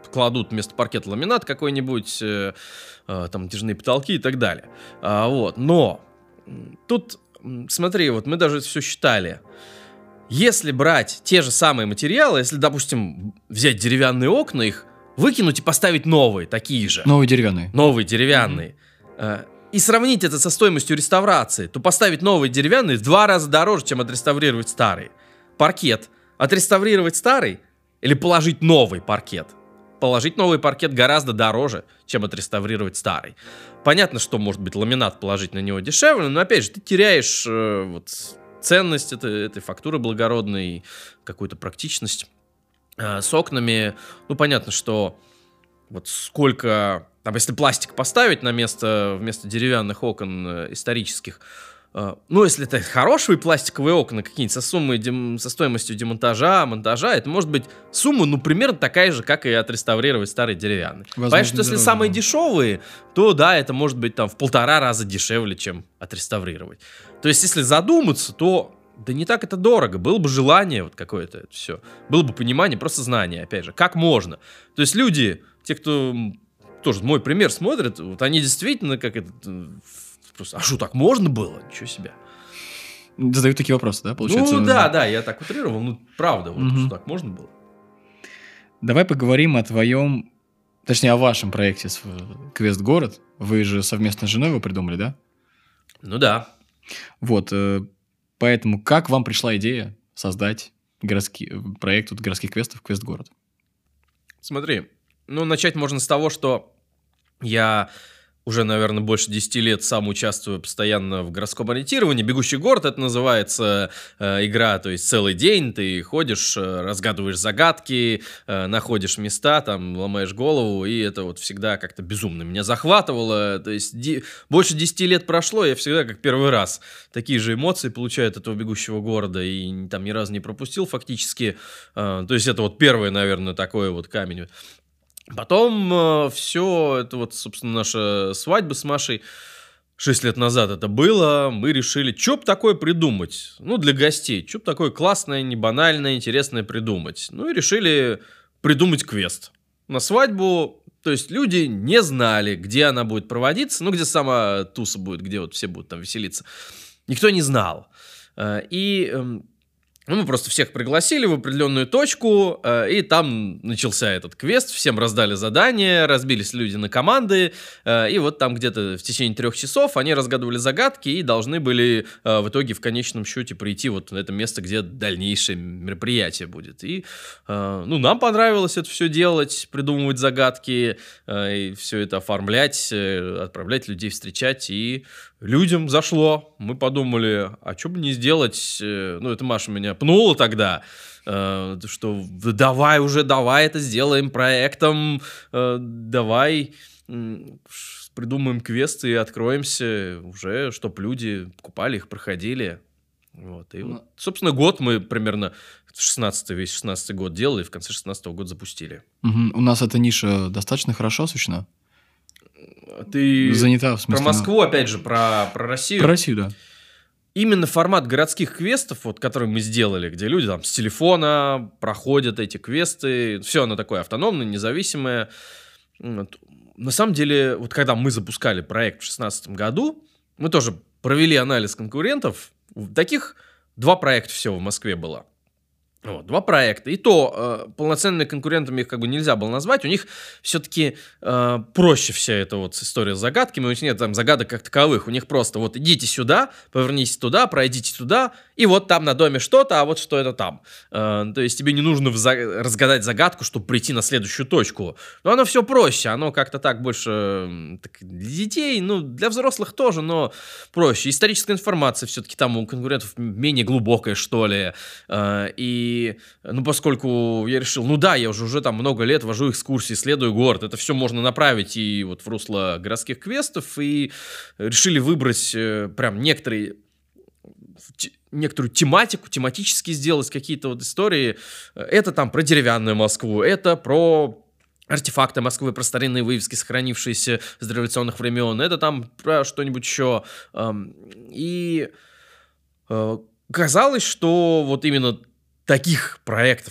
кладут вместо паркета ламинат какой-нибудь, э, э, там натяжные потолки и так далее. А, вот. Но тут, смотри, вот мы даже все считали. Если брать те же самые материалы, если, допустим, взять деревянные окна, их выкинуть и поставить новые, такие же. Новые деревянные. Новые деревянные. Mm-hmm. И сравнить это со стоимостью реставрации, то поставить новые деревянные в два раза дороже, чем отреставрировать старый. Паркет. Отреставрировать старый или положить новый паркет? Положить новый паркет гораздо дороже, чем отреставрировать старый. Понятно, что, может быть, ламинат положить на него дешевле, но, опять же, ты теряешь э, вот, ценность этой, этой фактуры благородной, какую-то практичность. Э, с окнами, ну, понятно, что вот сколько... Там, если пластик поставить на место, вместо деревянных окон э, исторических, э, ну, если это хорошие пластиковые окна, какие-нибудь со, суммой, дем, со стоимостью демонтажа, монтажа, это может быть сумма, ну, примерно такая же, как и отреставрировать старый деревянный. Понятно, что если самые дешевые, то, да, это может быть там в полтора раза дешевле, чем отреставрировать. То есть, если задуматься, то да не так это дорого. Было бы желание вот какое-то, это все. Было бы понимание, просто знание, опять же, как можно. То есть, люди, те, кто... тоже мой пример смотрят, вот они действительно как это... Просто, а что, так можно было? Ничего себе. Задают такие вопросы, да, получается? Ну да, да, я так утрировал, ну правда, вот угу. что так можно было. Давай поговорим о твоем, точнее о вашем проекте «Квест-город». Вы же совместно с женой его придумали, да? Ну да. Вот, поэтому как вам пришла идея создать городский, проект вот, городских квестов «Квест-город»? Смотри, ну, начать можно с того, что я уже, наверное, больше десяти лет сам участвую постоянно в городском ориентировании. «Бегущий город» — это называется э, игра, то есть целый день ты ходишь, э, разгадываешь загадки, э, находишь места, там, ломаешь голову, и это вот всегда как-то безумно меня захватывало. То есть ди- больше десяти лет прошло, я всегда как первый раз такие же эмоции получаю от этого «Бегущего города», и там ни разу не пропустил фактически. Э, то есть это вот первый, наверное, такой вот камень. Потом э, все, это вот, собственно, наша свадьба с Машей шесть лет назад это было. Мы решили, что бы такое придумать, ну, для гостей, что бы такое классное, не банальное, интересное придумать. Ну, и решили придумать квест на свадьбу. То есть люди не знали, где она будет проводиться, ну, где сама туса будет, где вот все будут там веселиться. Никто не знал. И... Ну, мы просто всех пригласили в определенную точку, э, и там начался этот квест, всем раздали задания, разбились люди на команды, э, и вот там где-то в течение трех часов они разгадывали загадки и должны были э, в итоге в конечном счете прийти вот на это место, где дальнейшее мероприятие будет. И, э, ну, нам понравилось это все делать, придумывать загадки, э, и все это оформлять, э, отправлять людей встречать, и людям зашло. Мы подумали, а что бы не сделать, э, ну, это Маша меня пнула тогда, э, что давай уже, давай это сделаем проектом, э, давай э, придумаем квесты и откроемся уже, чтобы люди покупали их, проходили. Вот. И вот, собственно, год мы примерно шестнадцатый, весь шестнадцатый год делали, и в конце шестнадцатого года запустили. Угу. У нас эта ниша достаточно хорошо освещена. Ты занята, в смысле, про Москву, опять же, про, про Россию. Про Россию, да. Именно формат городских квестов, вот, который мы сделали, где люди там с телефона проходят эти квесты, все оно такое автономное, независимое. Вот. На самом деле, вот когда мы запускали проект в шестнадцатом году, мы тоже провели анализ конкурентов. Таких два проекта всего в Москве было. Вот, два проекта. И то э, полноценными конкурентами их как бы нельзя было назвать. У них все-таки э, проще вся эта вот история с загадками. У них нет там загадок как таковых. У них просто вот идите сюда, повернитесь туда, пройдите туда, и вот там на доме что-то, а вот что это там. Э, то есть тебе не нужно вза- разгадать загадку, чтобы прийти на следующую точку. Но оно все проще. Оно как-то так больше так, для детей, ну, для взрослых тоже, но проще. Историческая информация все-таки там у конкурентов менее глубокая, что ли. Э, и И, ну, поскольку я решил, ну да, я уже, уже там много лет вожу экскурсии, исследую город, это все можно направить и вот в русло городских квестов, и решили выбрать э, прям некоторые, те, некоторую тематику, тематически сделать какие-то вот истории. Это там про деревянную Москву, это про артефакты Москвы, про старинные вывески, сохранившиеся с дореволюционных времен, это там про что-нибудь еще. Эм, и э, казалось, что вот именно таких проектов, вот,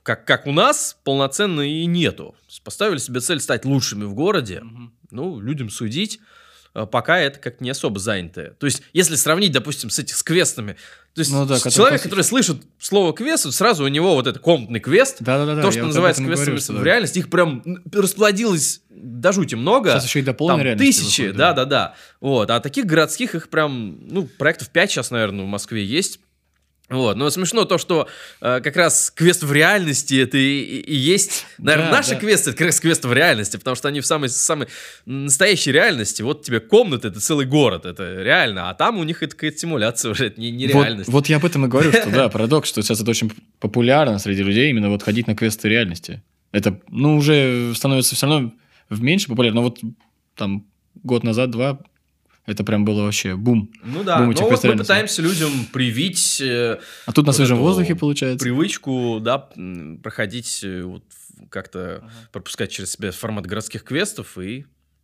как, как у нас, полноценно и нету. Поставили себе цель стать лучшими в городе, mm-hmm. ну, людям судить, пока это как не особо занятое. То есть, если сравнить, допустим, с этих с квестами, то есть, ну, да, человек, который слышит слово квест, сразу у него вот это комнатный квест, Да-да-да, то, что называется квестами говорю, в реальности, их прям расплодилось до жути много. Сейчас еще и до полной реальности тысячи, выходит, да-да-да. Вот, а таких городских их прям, ну, проектов пять сейчас, наверное, в Москве есть. Вот, но смешно то, что э, как раз квест в реальности это и, и, и есть, наверное, да, наши да. квесты, это как раз квесты в реальности, потому что они в самой, самой настоящей реальности. Вот тебе комната, это целый город, это реально, а там у них это какая-то симуляция уже, это не, не реальность. Вот, вот я об этом и говорю, что да, парадокс, что сейчас это очень популярно среди людей, именно вот ходить на квесты реальности. Это, ну, уже становится все равно в меньше популярно, но вот там год назад, два... Это прям было вообще бум. Ну да, но вот мы пытаемся людям привить... Э, а тут на свежем воздухе, получается. Привычку, да, проходить, вот, как-то ага. пропускать через себя формат городских квестов. И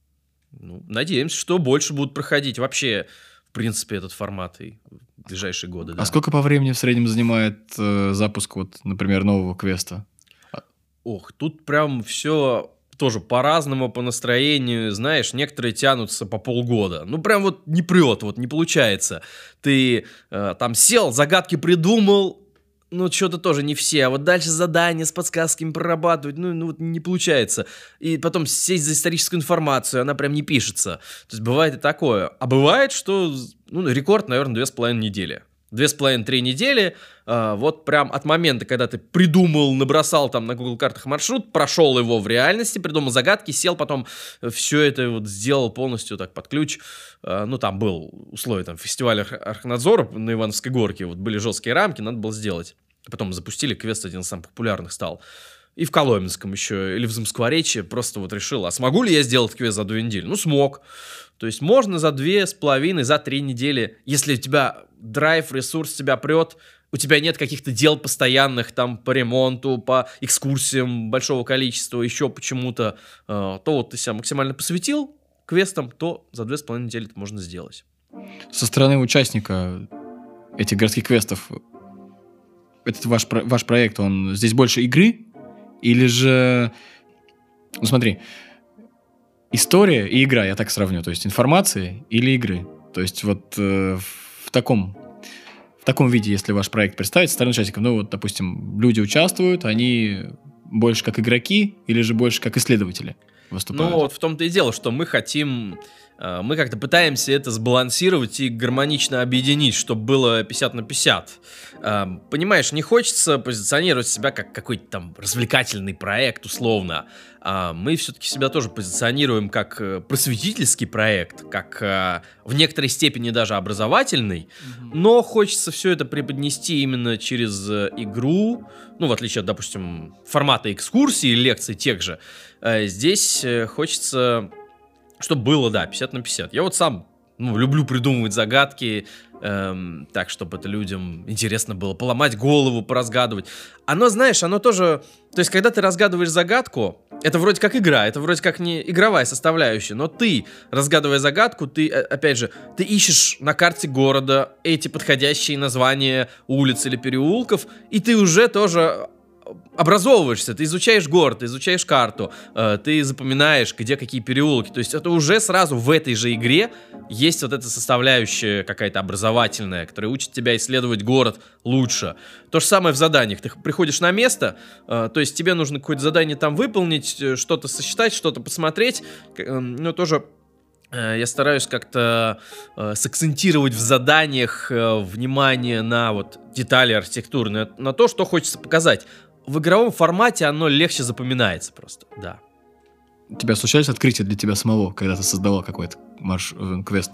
ну, надеемся, что больше будут проходить вообще, в принципе, этот формат и в ближайшие годы. А да. сколько по времени в среднем занимает э, запуск, вот, например, нового квеста? Ох, тут прям все... Тоже по-разному, по настроению, знаешь, некоторые тянутся по полгода. Ну, прям вот не прет, вот не получается. Ты э, там сел, загадки придумал, ну, что-то тоже не все. А вот дальше задания с подсказками прорабатывать, ну, ну, вот не получается. И потом сесть за историческую информацию, она прям не пишется. То есть бывает и такое. А бывает, что, ну, рекорд, наверное, две с половиной недели. Две с половиной-три недели, э, вот прям от момента, когда ты придумал, набросал там на Google картах маршрут, прошел его в реальности, придумал загадки, сел, потом все это вот сделал полностью так под ключ. Э, ну, там был условие там фестиваля Архнадзора на Ивановской горке, вот были жесткие рамки, надо было сделать. Потом запустили, квест один из самых популярных стал. И в Коломенском еще, или в Замоскворечье просто вот решил, а смогу ли я сделать квест за две недели? Ну, смог. То есть можно за две с половиной, за три недели, если у тебя драйв, ресурс тебя прет, у тебя нет каких-то дел постоянных там по ремонту, по экскурсиям большого количества, еще почему-то, э, то вот ты себя максимально посвятил квестам, то за две с половиной недели это можно сделать. Со стороны участника этих городских квестов, этот ваш, ваш проект, он здесь больше игры? Или же, ну смотри, история и игра, я так сравню, то есть информации или игры. То есть вот э, в таком в таком виде, если ваш проект представить со стороны участников, ну вот, допустим, люди участвуют, они больше как игроки или же больше как исследователи выступают? Ну вот в том-то и дело, что мы хотим, э, мы как-то пытаемся это сбалансировать и гармонично объединить, чтобы было пятьдесят на пятьдесят. Э, понимаешь, не хочется позиционировать себя как какой-то там развлекательный проект условно. Uh, мы все-таки себя тоже позиционируем как uh, просветительский проект, как uh, в некоторой степени даже образовательный, mm-hmm. но хочется все это преподнести именно через uh, игру, ну, в отличие от, допустим, формата экскурсий или лекций тех же. Uh, здесь uh, хочется, чтобы было, да, пятьдесят на пятьдесят. Я вот сам ну, люблю придумывать загадки, эм, так, чтобы это людям интересно было, поломать голову, поразгадывать. Оно, знаешь, оно тоже... То есть, когда ты разгадываешь загадку, это вроде как игра, это вроде как не игровая составляющая, но ты, разгадывая загадку, ты, опять же, ты ищешь на карте города эти подходящие названия улиц или переулков, и ты уже тоже... образовываешься, ты изучаешь город, ты изучаешь карту, э, ты запоминаешь, где какие переулки. То есть это уже сразу в этой же игре есть вот эта составляющая какая-то образовательная, которая учит тебя исследовать город лучше. То же самое в заданиях. Ты приходишь на место, э, то есть тебе нужно какое-то задание там выполнить, что-то сосчитать, что-то посмотреть, э, но тоже... Я стараюсь как-то э, сакцентировать в заданиях э, внимание на вот детали архитектурные, на то, что хочется показать. В игровом формате оно легче запоминается просто, да. У тебя случались открытия для тебя самого, когда ты создавал какой-то марш... квест?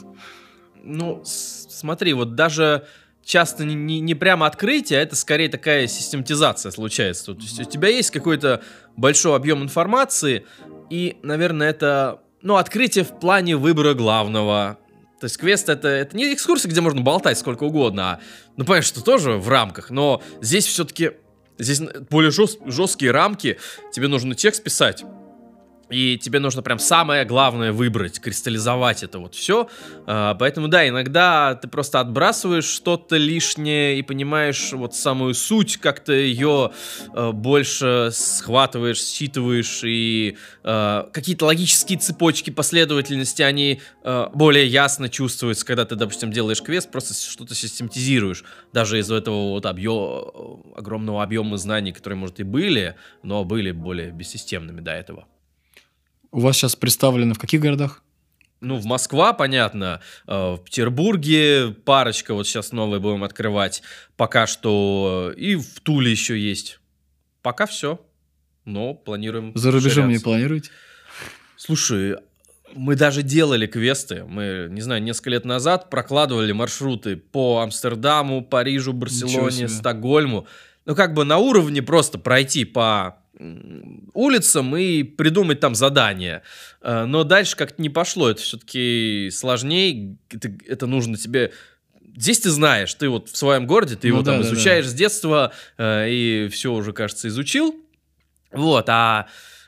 Ну, с- смотри, вот даже часто не, не, не прямо открытие, а это скорее такая систематизация случается. То есть у тебя есть какой-то большой объем информации, и, наверное, это... Ну, открытие в плане выбора главного. То есть квест это, это не экскурсия, где можно болтать сколько угодно, а, ну, понятно, что тоже в рамках, но здесь все-таки, здесь более жест, жесткие рамки, тебе нужно текст писать, И тебе нужно прям самое главное выбрать, кристаллизовать это вот все. А, поэтому, да, иногда ты просто отбрасываешь что-то лишнее и понимаешь вот самую суть, как-то ее а, больше схватываешь, считываешь, и а, какие-то логические цепочки, последовательности, они а, более ясно чувствуются, когда ты, допустим, делаешь квест, просто что-то систематизируешь. Даже из этого вот объем, огромного объема знаний, которые, может, и были, но были более бессистемными до этого. У вас сейчас представлено в каких городах? Ну, в Москва, понятно, в Петербурге парочка, вот сейчас новые будем открывать, пока что, и в Туле еще есть. Пока все, но планируем За рубежом не расширяться. планируете? Слушай, мы даже делали квесты, мы, не знаю, несколько лет назад прокладывали маршруты по Амстердаму, Парижу, Барселоне, Стокгольму. Ну, как бы на уровне просто пройти по улицам и придумать там задания. Но дальше как-то не пошло. Это все-таки сложнее. Это, это нужно тебе... Здесь ты знаешь, ты вот в своем городе, ты ну, его да, там да, изучаешь да. с детства, и все уже, кажется, изучил. Вот, а...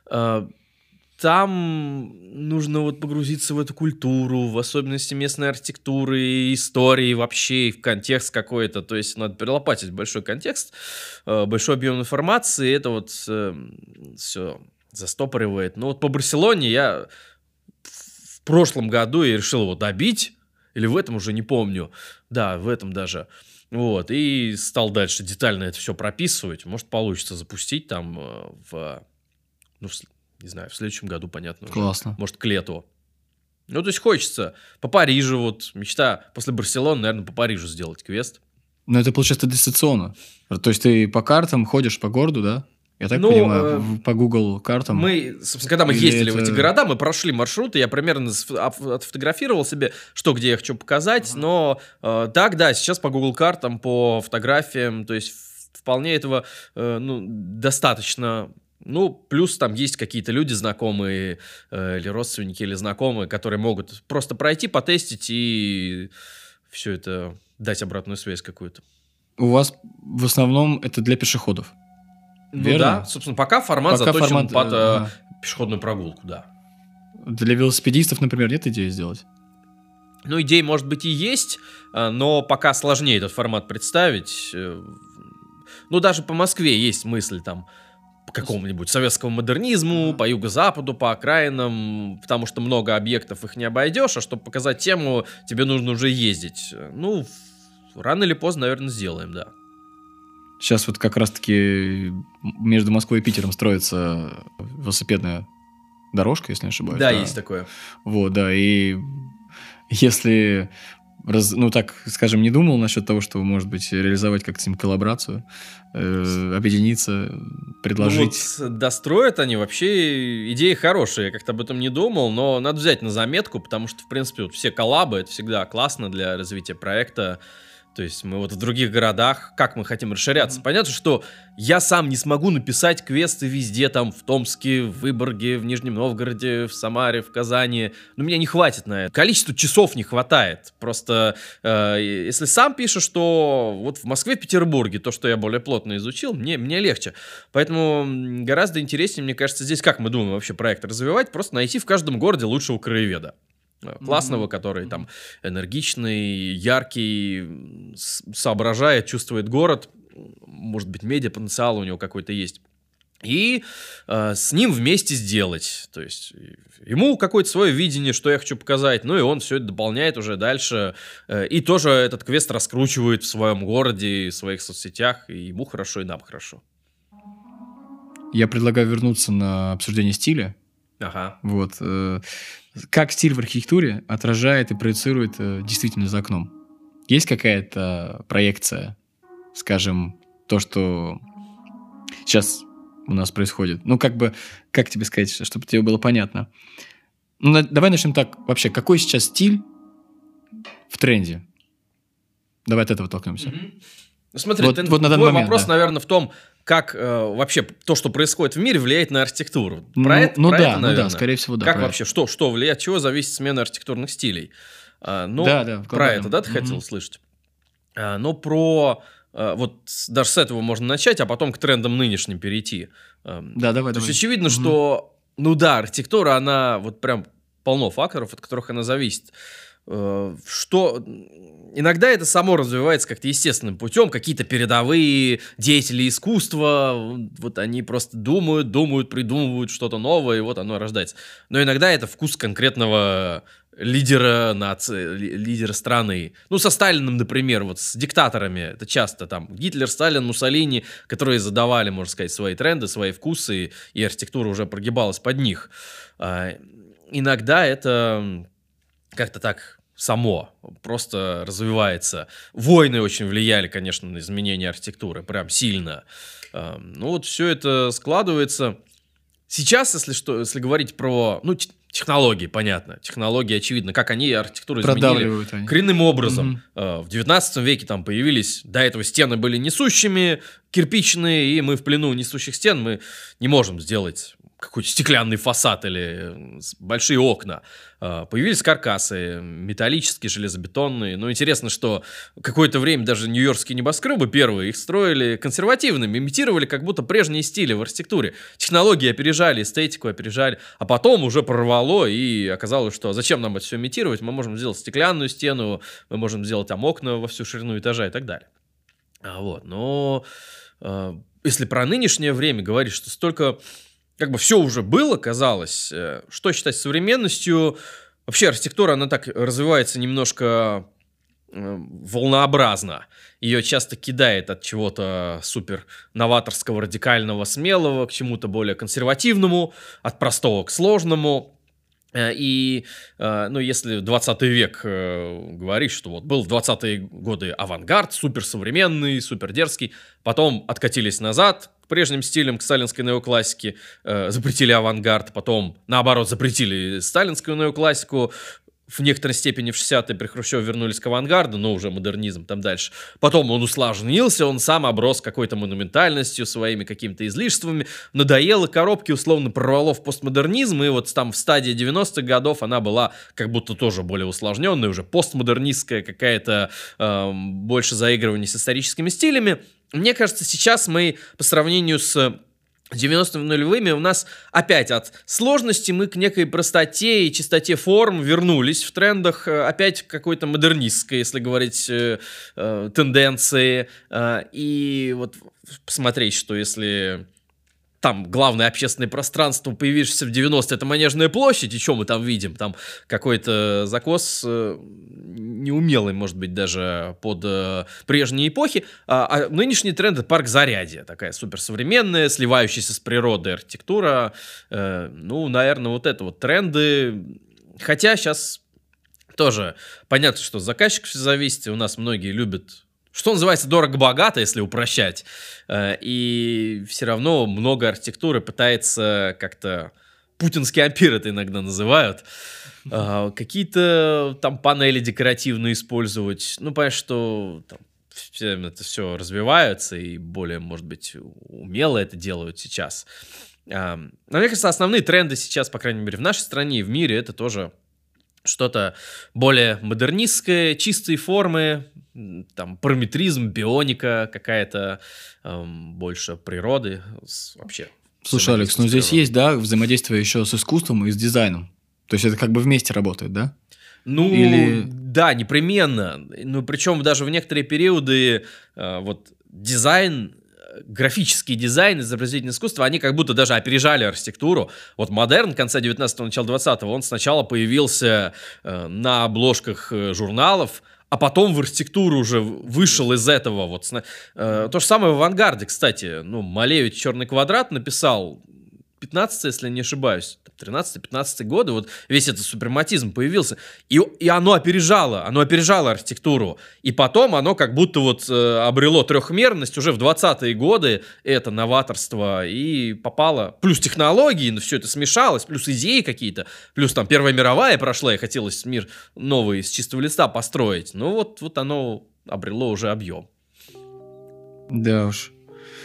Там нужно вот погрузиться в эту культуру, в особенности местной архитектуры, истории вообще, в контекст какой-то. То есть надо перелопатить большой контекст, большой объем информации, и это вот все застопоривает. Но вот по Барселоне я в прошлом году я решил его добить, или в этом уже не помню. Да, в этом даже. Вот, и стал дальше детально это все прописывать. Может, получится запустить там в... Ну, в не знаю, в следующем году, понятно. Классно. Уже. Может, к лету. Ну, то есть хочется. По Парижу вот. Мечта после Барселоны, наверное, по Парижу сделать квест. Но это, получается, дистанционно. То есть ты по картам ходишь по городу, да? Я так ну, понимаю, э, по Google картам. Мы, собственно, когда мы Или ездили это... в эти города, мы прошли маршруты, я примерно отфотографировал себе, что где я хочу показать. Uh-huh. Но э, так, да, сейчас по Google картам, по фотографиям, то есть вполне этого э, ну, достаточно... Ну, плюс там есть какие-то люди знакомые, э, или родственники, или знакомые, которые могут просто пройти, потестить и все это дать обратную связь какую-то. У вас в основном это для пешеходов? Ну верно? Да, собственно, пока формат пока заточен формат, под э, ага. пешеходную прогулку, да. Для велосипедистов, например, нет идеи сделать? Ну, идеи, может быть, и есть, но пока сложнее этот формат представить. Ну, даже по Москве есть мысль там по какому-нибудь советскому модернизму, по юго-западу, по окраинам, потому что много объектов их не обойдешь, а чтобы показать тему, тебе нужно уже ездить. Ну, рано или поздно, наверное, сделаем, да. Сейчас вот как раз-таки между Москвой и Питером строится велосипедная дорожка, если не ошибаюсь. Да, да, есть такое. Вот, да, и если... Раз, ну, так, скажем, не думал насчет того, что, может быть, реализовать как-то с ним коллаборацию, э, объединиться, предложить. Ну, вот достроят они, вообще идеи хорошие, я как-то об этом не думал, но надо взять на заметку, потому что, в принципе, вот все коллабы, это всегда классно для развития проекта. То есть мы вот в других городах, как мы хотим расширяться. Mm-hmm. Понятно, что я сам не смогу написать квесты везде, там, в Томске, в Выборге, в Нижнем Новгороде, в Самаре, в Казани. Но меня не хватит на это. Количество часов не хватает. Просто э, если сам пишешь, то вот в Москве, в Петербурге, то, что я более плотно изучил, мне, мне легче. Поэтому гораздо интереснее, мне кажется, здесь, как мы думаем вообще проект развивать, просто найти в каждом городе лучшего краеведа. Классного, mm-hmm. который там энергичный, яркий, соображает, чувствует город, может быть, медиапотенциал у него какой-то есть. И э, с ним вместе сделать. То есть ему какое-то свое видение, что я хочу показать, ну и он все это дополняет уже дальше. Э, и тоже этот квест раскручивает в своем городе, в своих соцсетях, и ему хорошо, и нам хорошо. Я предлагаю вернуться на обсуждение стиля. Ага. Вот. Э, как стиль в архитектуре отражает и проецирует э, действительно за окном? Есть какая-то проекция, скажем, то, что сейчас у нас происходит? Ну, как бы, как тебе сказать, чтобы тебе было понятно? Ну, на, давай начнем так. Вообще, какой сейчас стиль в тренде? Давай от этого толкнемся. Mm-hmm. Ну, смотри, вот, ты, вот на твой момент, вопрос, да. наверное, в том, как э, вообще то, что происходит в мире, влияет на архитектуру. Про ну, это, ну, про да, это, наверное. Ну да, скорее всего, да. Как вообще, что, что влияет, от чего зависит смена архитектурных стилей? А, ну, да, да, про это, да, ты mm-hmm. хотел услышать? А, ну, про... А, вот даже с этого можно начать, а потом к трендам нынешним перейти. А, да, давай, то давай. есть очевидно, mm-hmm. что Ну да, архитектура, она вот прям полно факторов, от которых она зависит. Что иногда это само развивается как-то естественным путем, какие-то передовые деятели искусства, вот они просто думают, думают, придумывают что-то новое, и вот оно рождается. Но иногда это вкус конкретного лидера нации, лидера страны. Ну, со Сталиным, например, вот с диктаторами, это часто там Гитлер, Сталин, Муссолини, которые задавали, можно сказать, свои тренды, свои вкусы, и архитектура уже прогибалась под них. Иногда это как-то так само просто развивается. Войны очень влияли, конечно, на изменение архитектуры, прям сильно. Ну вот все это складывается. Сейчас, если что, если говорить про, ну, технологии, понятно, технологии, очевидно, как они архитектуру изменили они. коренным образом. Угу. В девятнадцатом веке там появились, до этого стены были несущими, кирпичные, и мы в плену несущих стен мы не можем сделать какой-то стеклянный фасад или большие окна. Появились каркасы металлические, железобетонные. Но интересно, что какое-то время даже нью-йоркские небоскребы первые их строили консервативными, имитировали как будто прежние стили в архитектуре. Технологии опережали, эстетику опережали, а потом уже прорвало, и оказалось, что зачем нам это все имитировать? Мы можем сделать стеклянную стену, мы можем сделать там окна во всю ширину этажа и так далее. Вот. Но если про нынешнее время говорить, что столько... Как бы все уже было, казалось. Что считать современностью? Вообще архитектура, она так развивается немножко волнообразно. Ее часто кидает от чего-то супер новаторского, радикального, смелого к чему-то более консервативному, от простого к сложному. И, ну, если двадцатый век говорить, что вот был в двадцатые годы авангард, суперсовременный, супердерзкий, потом откатились назад к прежним стилям, к сталинской неоклассике, запретили авангард, потом, наоборот, запретили сталинскую неоклассику, в некоторой степени в шестидесятые при Хрущеве вернулись к авангарду, но уже модернизм там дальше. Потом он усложнился, он сам оброс какой-то монументальностью, своими какими-то излишествами. Надоело, коробки условно прорвало в постмодернизм, и вот там в стадии девяностых годов она была как будто тоже более усложненная, уже постмодернистская какая-то, э, больше заигрывание с историческими стилями. Мне кажется, сейчас мы по сравнению с девяностыми нулевыми у нас опять от сложности мы к некой простоте и чистоте форм вернулись в трендах, опять какой-то модернистской, если говорить, э, э, тенденции. Э, и вот посмотреть, что если там главное общественное пространство, появившееся в девяностые, это Манежная площадь, и что мы там видим? Там какой-то закос э, неумелый, может быть, даже под э, прежние эпохи. А, а нынешний тренд — это парк Зарядье, такая суперсовременная, сливающаяся с природой архитектура. Э, ну, наверное, вот это вот тренды. Хотя сейчас тоже понятно, что заказчик все зависит, и у нас многие любят... Что называется дорого-богато, если упрощать. И все равно много архитектуры пытается как-то... Путинский ампир это иногда называют. Какие-то там панели декоративные использовать. Ну, понятно, что там это все развивается и более, может быть, умело это делают сейчас. Но мне кажется, основные тренды сейчас, по крайней мере, в нашей стране и в мире, это тоже что-то более модернистское, чистые формы, там параметризм, бионика какая-то, эм, больше природы, с, вообще. Слушай, Алекс, ну здесь есть, да, взаимодействие еще с искусством и с дизайном. То есть это как бы вместе работает, да? Ну, Или... да, непременно. Ну, причем даже в некоторые периоды э, вот дизайн, графический дизайн, изобразительное искусство, они как будто даже опережали архитектуру. Вот модерн конца девятнадцатого, начала двадцатого, он сначала появился э, на обложках э, журналов, а потом в архитектуру уже вышел из этого. Вот. Э, то же самое в авангарде, кстати. Ну, Малевич «Черный квадрат» написал пятнадцатый, если не ошибаюсь, тринадцатый-пятнадцатый годы, вот весь этот суперматизм появился, и, и оно опережало, оно опережало архитектуру, и потом оно как будто вот э, обрело трехмерность уже в двадцатые годы, это новаторство, и попало, плюс технологии, все это смешалось, плюс идеи какие-то, плюс там Первая мировая прошла, и хотелось мир новый с чистого листа построить, ну вот, вот оно обрело уже объем. Да уж.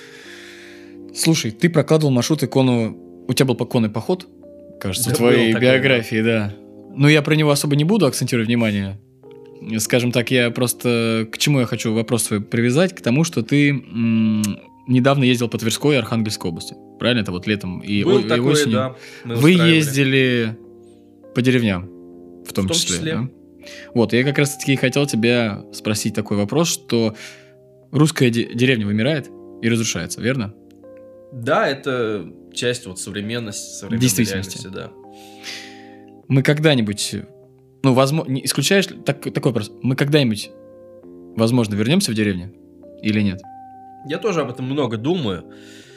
Слушай, ты прокладывал маршрут икону. У тебя был конный поход, кажется, да, в твоей биографии, да. Но я про него особо не буду акцентировать внимание. Скажем так, я просто... К чему я хочу вопрос свой привязать? К тому, что ты м- недавно ездил по Тверской и Архангельской области. правильно? Это вот летом и, Был о- и такой, осенью. да, мы Вы устраивали. ездили по деревням, в том, В том числе. числе. Да? Вот, я как раз-таки хотел тебя спросить такой вопрос, что русская де- деревня вымирает и разрушается, верно? Да, это часть вот современности, современной Действительности. реальности, да. Мы когда-нибудь, ну, возможно, не исключаешь ли- так, такой вопрос, мы когда-нибудь, возможно, вернемся в деревню или нет? Я тоже об этом много думаю.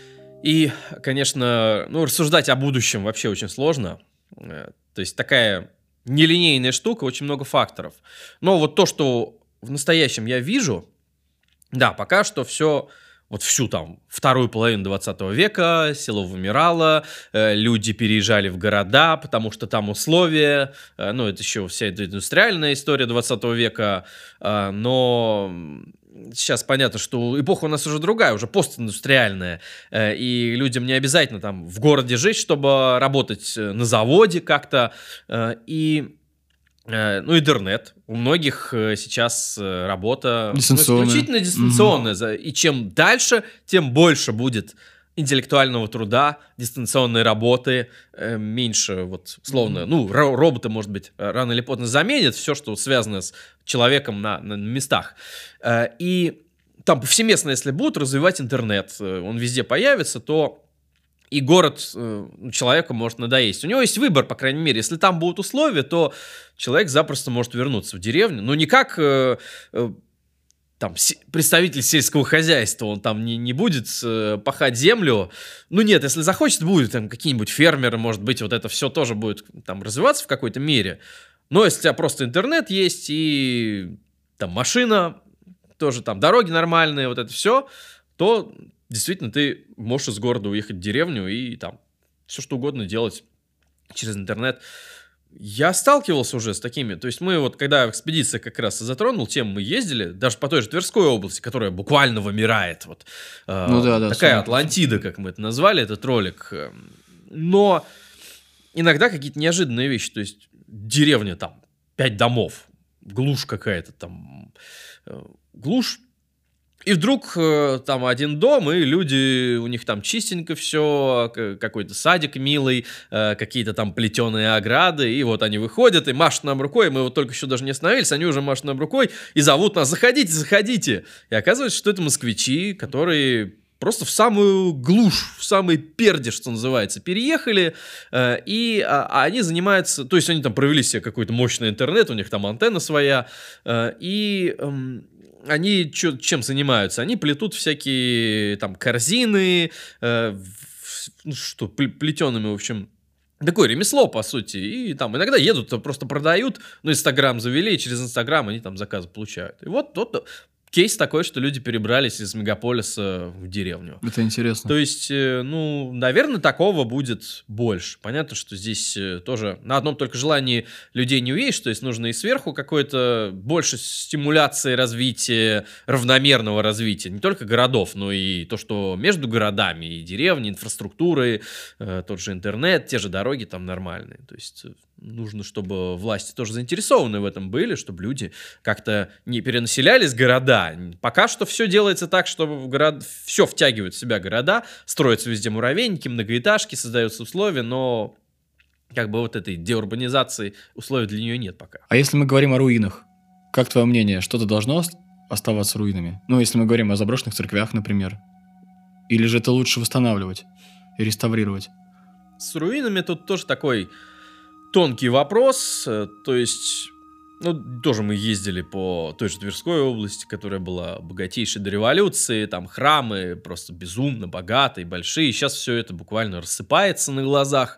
И, конечно, ну, рассуждать о будущем вообще очень сложно. Э, То есть такая нелинейная штука, очень много факторов. Но вот то, что в настоящем я вижу, да, пока что все, вот всю там вторую половину двадцатого века село вымирало, э, люди переезжали в города, потому что там условия, э, ну, это еще вся эта индустриальная история двадцатого века, э, но сейчас понятно, что эпоха у нас уже другая, уже постиндустриальная, э, и людям не обязательно там в городе жить, чтобы работать э, на заводе как-то, э, и Э, Ну, интернет. У многих э, сейчас э, работа ну, Дистанционная. исключительно дистанционная. За- И чем дальше, тем больше будет интеллектуального труда, дистанционной работы, э, меньше, вот, словно, ну, ро- роботы, может быть, э, рано или поздно заменят все, что связано с человеком на, на местах. Э, И там повсеместно, если будут развивать интернет, э, он везде появится, то и город э, человеку может надоесть. У него есть выбор, по крайней мере. Если там будут условия, то человек запросто может вернуться в деревню. Но не как э, э, там, се- представитель сельского хозяйства. Он там не, не будет э, пахать землю. Ну нет, если захочет, будет. Там какие-нибудь фермеры, может быть, вот это все тоже будет там развиваться в какой-то мере. Но если у тебя просто интернет есть и там машина, тоже там дороги нормальные, вот это все, то действительно ты можешь из города уехать в деревню и там все что угодно делать через интернет. Я сталкивался уже с такими, то есть мы вот, когда в экспедиции как раз и затронул тему, мы ездили, даже по той же Тверской области, которая буквально вымирает, вот, э, Ну да, да, такая сумма. Атлантида, как мы это назвали, этот ролик, э, но иногда какие-то неожиданные вещи, то есть деревня там, пять домов, глушь какая-то там, э, глушь, и вдруг э, там один дом, и люди, у них там чистенько все, какой-то садик милый, э, какие-то там плетеные ограды, и вот они выходят и машут нам рукой, мы вот только еще даже не остановились, они уже машут нам рукой и зовут нас: заходите, заходите. И оказывается, что это москвичи, которые просто в самую глушь, в самый пердеж, что называется, переехали, э, и а, а они занимаются, то есть они там провели себе какой-то мощный интернет, у них там антенна своя, э, и... эм, они чё, чем занимаются? Они плетут всякие там корзины, э, в- ну что, плетеными, в общем, такое ремесло, по сути. И там иногда едут, просто продают, ну, Инстаграм завели, и через Инстаграм они там заказы получают. И вот тот кейс такой, что люди перебрались из мегаполиса в деревню. Это интересно. То есть, э, ну, наверное, такого будет больше. Понятно, что здесь э, тоже на одном только желании людей не увидишь, то есть нужно и сверху какой-то больше стимуляции развития, равномерного развития, не только городов, но и то, что между городами, и деревни, инфраструктуры, э, тот же интернет, те же дороги там нормальные. То есть э, нужно, чтобы власти тоже заинтересованы в этом были, чтобы люди как-то не перенаселялись города. Пока что все делается так, чтобы в город... все втягивают в себя города, строятся везде муравейники, многоэтажки, создаются условия, но как бы вот этой деурбанизации условий для нее нет пока. А если мы говорим о руинах, как твое мнение, что-то должно ост- оставаться руинами? Ну, если мы говорим о заброшенных церквях, например. Или же это лучше восстанавливать и реставрировать? С руинами тут тоже такой тонкий вопрос, э, то есть... Ну, тоже мы ездили по той же Тверской области, которая была богатейшей до революции, там храмы просто безумно богатые, большие, сейчас все это буквально рассыпается на глазах.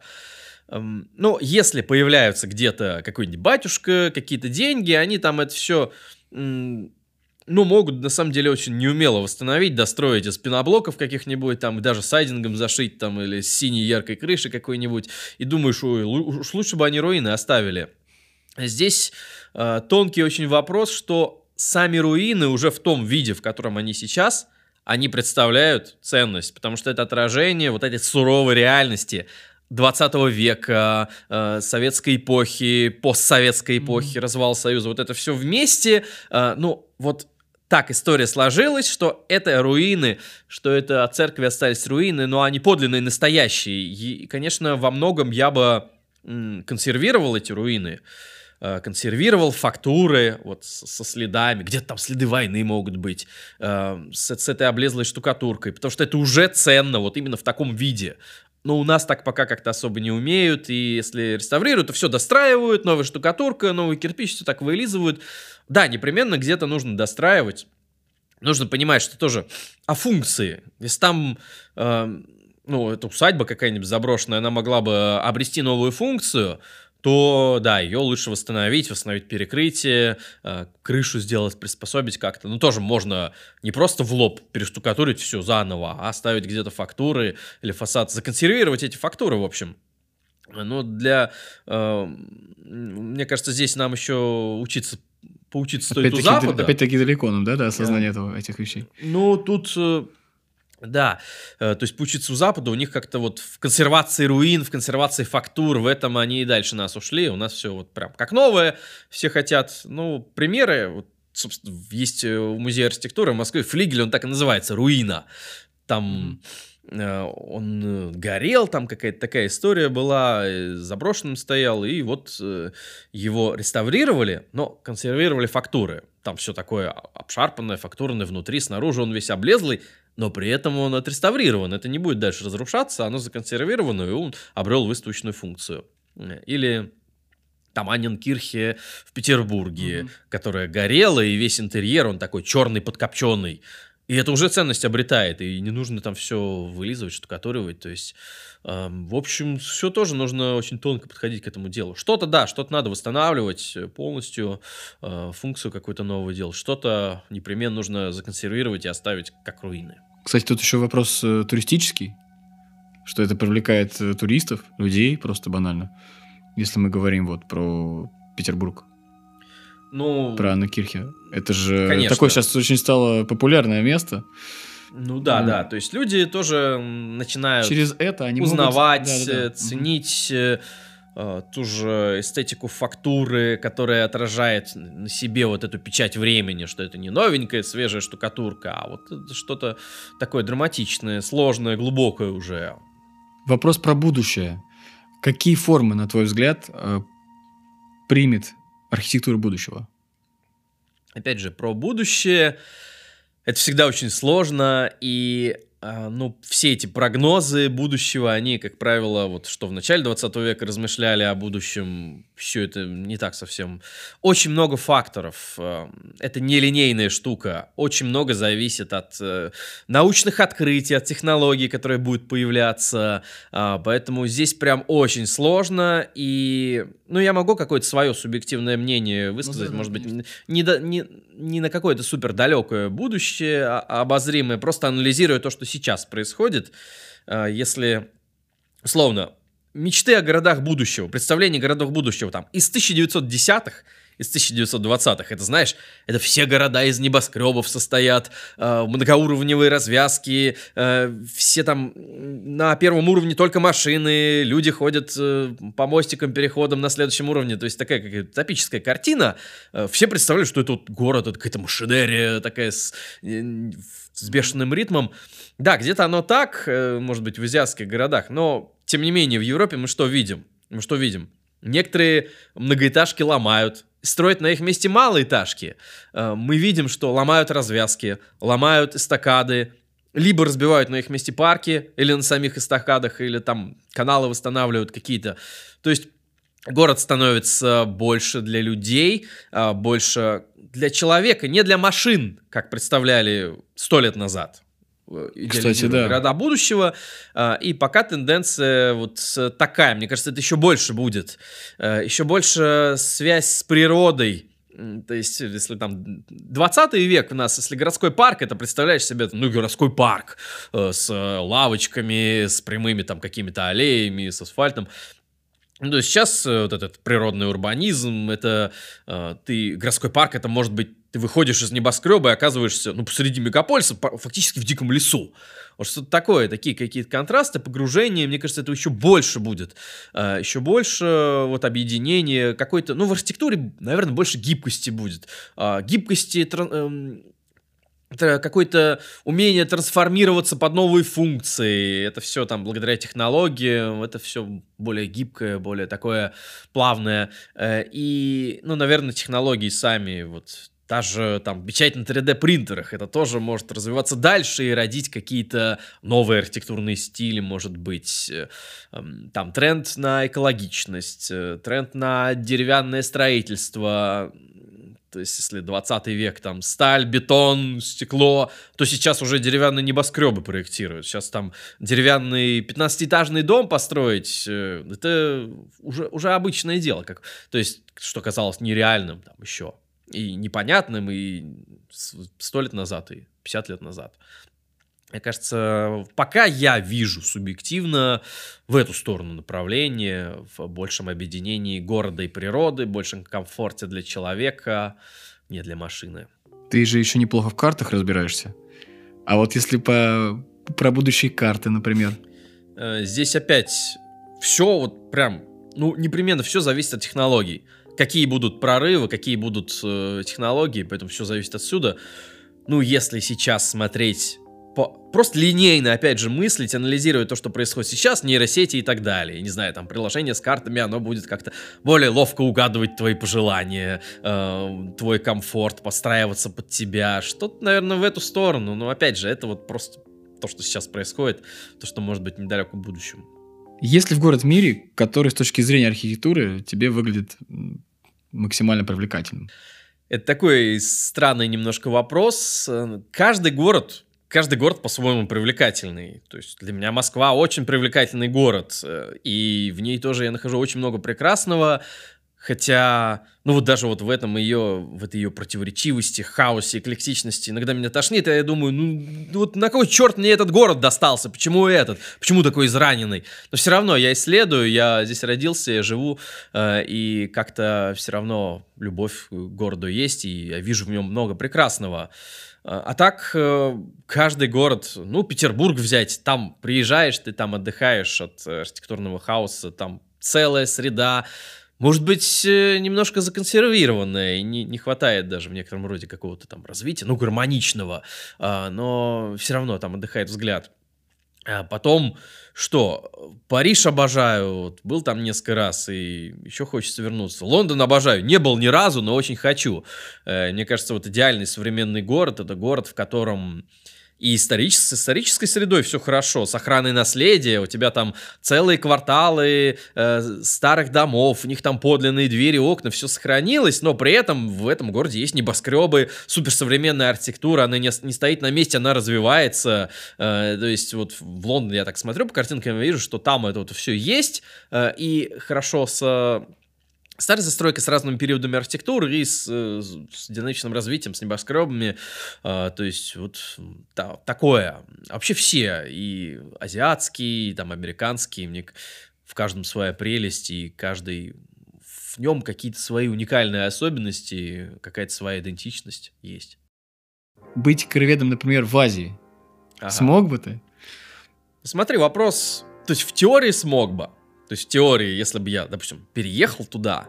Эм, ну, если появляются где-то какой-нибудь батюшка, какие-то деньги, они там это все, м, ну, могут на самом деле очень неумело восстановить, достроить из пеноблоков каких-нибудь, там, даже сайдингом зашить, там, или с синей яркой крышей какой-нибудь, и думаешь, ой, лу- уж лучше бы они руины оставили. Здесь э, тонкий очень вопрос, что сами руины уже в том виде, в котором они сейчас, они представляют ценность, потому что это отражение вот этой суровой реальности двадцатого века, э, советской эпохи, постсоветской эпохи, mm-hmm. развал Союза, вот это все вместе, э, ну, вот так история сложилась, что это руины, что это от церкви остались руины, но они подлинные, настоящие. И, конечно, во многом я бы м, консервировал эти руины, э, консервировал фактуры вот с- со следами, где-то там следы войны могут быть, э, с, с этой облезлой штукатуркой, потому что это уже ценно вот именно в таком виде. Но у нас так пока как-то особо не умеют, и если реставрируют, то все достраивают, новая штукатурка, новый кирпич, все так вылизывают. Да, непременно где-то нужно достраивать. Нужно понимать, что тоже о функции. Если там, э, ну, эта усадьба какая-нибудь заброшенная, она могла бы обрести новую функцию, то, да, ее лучше восстановить, восстановить перекрытие, э, крышу сделать, приспособить как-то. Ну, тоже можно не просто в лоб перештукатурить все заново, а оставить где-то фактуры или фасад, законсервировать эти фактуры, в общем. Но для, э, мне кажется, здесь нам еще учиться поучиться стоит у Опять-таки, д- Запада. опять-таки далеко нам, да, до осознания этого, этих вещей. Ну, тут, э, да, э, то есть поучиться у Запада, у них как-то вот в консервации руин, в консервации фактур, в этом они и дальше нас ушли, у нас все вот прям как новое, все хотят, ну, примеры, вот, собственно, есть э, у музея архитектуры в Москве флигель, он так и называется, руина, там... э, Он э, горел, там какая-то такая история была, э, заброшенным стоял, и вот э, его реставрировали, но консервировали фактуры. Там все такое обшарпанное, фактурное внутри, снаружи он весь облезлый, но при этом он отреставрирован. Это не будет дальше разрушаться, оно законсервировано, и он обрел выставочную функцию. Э, Или там Анненкирхе в Петербурге, Мгм. которая горела, и весь интерьер, он такой черный, подкопченый. И это уже ценность обретает, и не нужно там все вылизывать, штукатуривать. То есть, эм, в общем, все тоже нужно очень тонко подходить к этому делу. Что-то, да, что-то надо восстанавливать э, полностью, э, функцию какую-то новую делать. Что-то непременно нужно законсервировать и оставить как руины. Кстати, тут еще вопрос э, туристический, что это привлекает э, туристов, людей, просто банально. Если мы говорим вот про Петербург, Ну, про Анненкирхе. Это же Конечно. такое сейчас очень стало популярное место. ну да, Ну, да. То есть люди тоже м, начинают Через это они могут- узнавать, Да-да-да. э, Мгм. ценить э, э, ту же эстетику фактуры, которая отражает на себе вот эту печать времени, что это не новенькая свежая штукатурка, а вот это что-то такое драматичное, сложное, глубокое уже. Вопрос про будущее. Какие формы, на твой взгляд, э, примет архитектура будущего? Опять же, про будущее. Это всегда очень сложно, и а, ну, все эти прогнозы будущего, они, как правило, вот что в начале двадцатого века размышляли о будущем, все это не так совсем. Очень много факторов. э, Это нелинейная штука. Очень много зависит от э, научных открытий, от технологий, которые будут появляться. а, Поэтому здесь прям очень сложно. И, ну, я могу какое-то свое субъективное мнение высказать, да-да, может быть, конечно. н- не, до- не, не на какое-то супер далекое будущее а- обозримое, просто анализируя то, что сейчас происходит. А, Если, условно, мечты о городах будущего, представления городов будущего там из тысяча девятьсот десятых, из тысяча девятьсот двадцатых, это, знаешь, это все города из небоскребов состоят, э, многоуровневые развязки, э, все там м, на первом уровне только машины, люди ходят э, по мостикам, переходам на следующем уровне, то есть такая какая-то топическая картина. Э, все представляют, что это вот город, это какая-то машинерия такая с, э, с бешеным ритмом. Да, где-то оно так, э, может быть, в азиатских городах, но, тем не менее, в Европе мы что видим? Мы что видим? Некоторые многоэтажки ломают, строят на их месте малоэтажки. Э, Мы видим, что ломают развязки, ломают эстакады, либо разбивают на их месте парки, или на самих эстакадах, или там каналы восстанавливают какие-то. То есть город становится больше для людей, а, больше для человека, не для машин, как представляли сто лет назад. э, идеализируя да. города будущего. А, И пока тенденция вот с- такая, мне кажется, это еще больше будет. Э, Еще больше связь с природой. М, То есть, если там двадцатый век у нас, если городской парк, это представляешь себе, ну, городской парк э, с э, лавочками, с прямыми там какими-то аллеями, с асфальтом. Ну, то есть сейчас э, вот этот природный урбанизм, это э, ты, городской парк, это может быть, ты выходишь из небоскреба и оказываешься, ну, посреди мегаполиса, па- фактически в диком лесу. Вот что-то такое, такие какие-то контрасты, погружения, мне кажется, это еще больше будет. Э, еще больше э, вот объединения какой-то, ну, в архитектуре, наверное, больше гибкости будет. А, гибкости, тран- эм, это какое-то умение трансформироваться под новые функции. Это все там благодаря технологиям, это все более гибкое, более такое плавное. Э, И, ну, наверное, технологии сами, вот даже там печать на три дэ принтерах, это тоже может развиваться дальше и родить какие-то новые архитектурные стили, может быть. Э, эм, Там тренд на экологичность, э, тренд на деревянное строительство. То есть, если двадцатый век, там, сталь, бетон, стекло, то сейчас уже деревянные небоскребы проектируют. Сейчас там деревянный пятнадцатиэтажный дом построить, э, это уже, уже обычное дело. Как, то есть, что казалось нереальным там еще, и непонятным, и сто лет назад, и пятьдесят лет назад. Мне кажется, пока я вижу субъективно в эту сторону направление, в большем объединении города и природы, большем комфорте для человека, не для машины. Ты же еще неплохо в картах разбираешься. А вот если по про будущие карты, например. Э, Здесь опять все вот прям, ну, непременно все зависит от технологий. Какие будут прорывы, какие будут э, технологии, поэтому все зависит отсюда. Ну, если сейчас смотреть по- просто линейно, опять же, мыслить, анализируя то, что происходит сейчас, нейросети и так далее. Не знаю, там приложение с картами, оно будет как-то более ловко угадывать твои пожелания, э, твой комфорт, подстраиваться под тебя. Что-то, наверное, в эту сторону. Но, опять же, это вот просто то, что сейчас происходит, то, что может быть в недалеком будущем. Есть ли в город в мире, который с точки зрения архитектуры тебе выглядит м, максимально привлекательным? Это такой странный немножко вопрос. Э, Каждый город... Каждый город по-своему привлекательный. То есть для меня Москва очень привлекательный город. э, И в ней тоже я нахожу очень много прекрасного. Хотя, ну вот даже вот в этом ее, в этой ее противоречивости, хаосе, эклектичности иногда меня тошнит, и я думаю, ну вот на какой черт мне этот город достался? Почему этот? Почему такой израненный? Но все равно я исследую, я здесь родился, я живу, э, и как-то все равно любовь к городу есть, и я вижу в нем много прекрасного. А а так, э, каждый город, ну, Петербург взять, там приезжаешь, ты там отдыхаешь от э, архитектурного хаоса, там целая среда, может быть, э, немножко законсервированная, и не, не хватает даже в некотором роде какого-то там развития, ну, гармоничного, а, но все равно там отдыхает взгляд. А потом, что, Париж обожаю, вот, был там несколько раз, и еще хочется вернуться. Лондон обожаю, не был ни разу, но очень хочу. Э, Мне кажется, вот идеальный современный город — это город, в котором и историч- с исторической средой все хорошо, с охраной наследия, у тебя там целые кварталы э, старых домов, у них там подлинные двери, окна, все сохранилось, но при этом в этом городе есть небоскребы, суперсовременная архитектура, она не, с- не стоит на месте, она развивается. Э, то есть вот в Лондоне я так смотрю по картинкам, я вижу, что там это вот все есть, э, и хорошо с старой застройкой, с разными периодами архитектуры и с, э, с динамичным развитием, с небоскребами. А, то есть вот м, та- такое. А вообще все, и азиатские, и там американские, мне к- в каждом своя прелесть, и каждый в нем какие-то свои уникальные особенности, какая-то своя идентичность есть. Быть краеведом, например, в Азии. Ага. Смог бы ты? Смотри, вопрос... То есть в теории смог бы. То есть в теории, если бы я, допустим, переехал туда,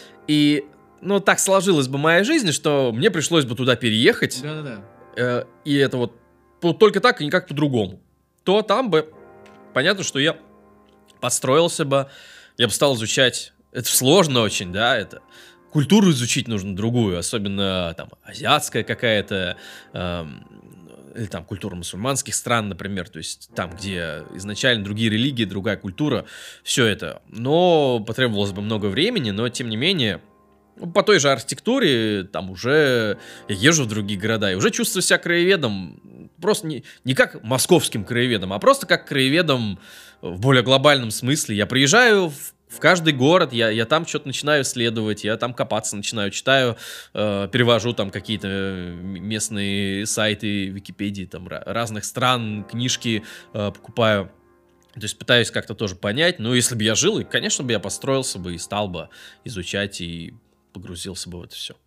и, ну, так сложилась бы моя жизнь, что мне пришлось бы туда переехать, Да-да-да. э, и это вот по- только так и никак по-другому, то там бы, понятно, что я подстроился бы, я бы стал изучать, это сложно очень, да, это культуру изучить нужно другую, особенно там азиатская какая-то, эм, или там культура мусульманских стран, например, то есть там, где изначально другие религии, другая культура, все это. Но потребовалось бы много времени, но тем не менее, ну, по той же архитектуре, там уже я езжу в другие города и уже чувствую себя краеведом, просто не, не как московским краеведом, а просто как краеведом в более глобальном смысле. Я приезжаю в в каждый город, я, я там что-то начинаю исследовать, я там копаться начинаю, читаю, э, перевожу там какие-то м- местные сайты, Википедии, там ra- разных стран, книжки э, покупаю. То есть пытаюсь как-то тоже понять. Но если бы я жил, и, конечно бы я построился бы и стал бы изучать и погрузился бы в это все.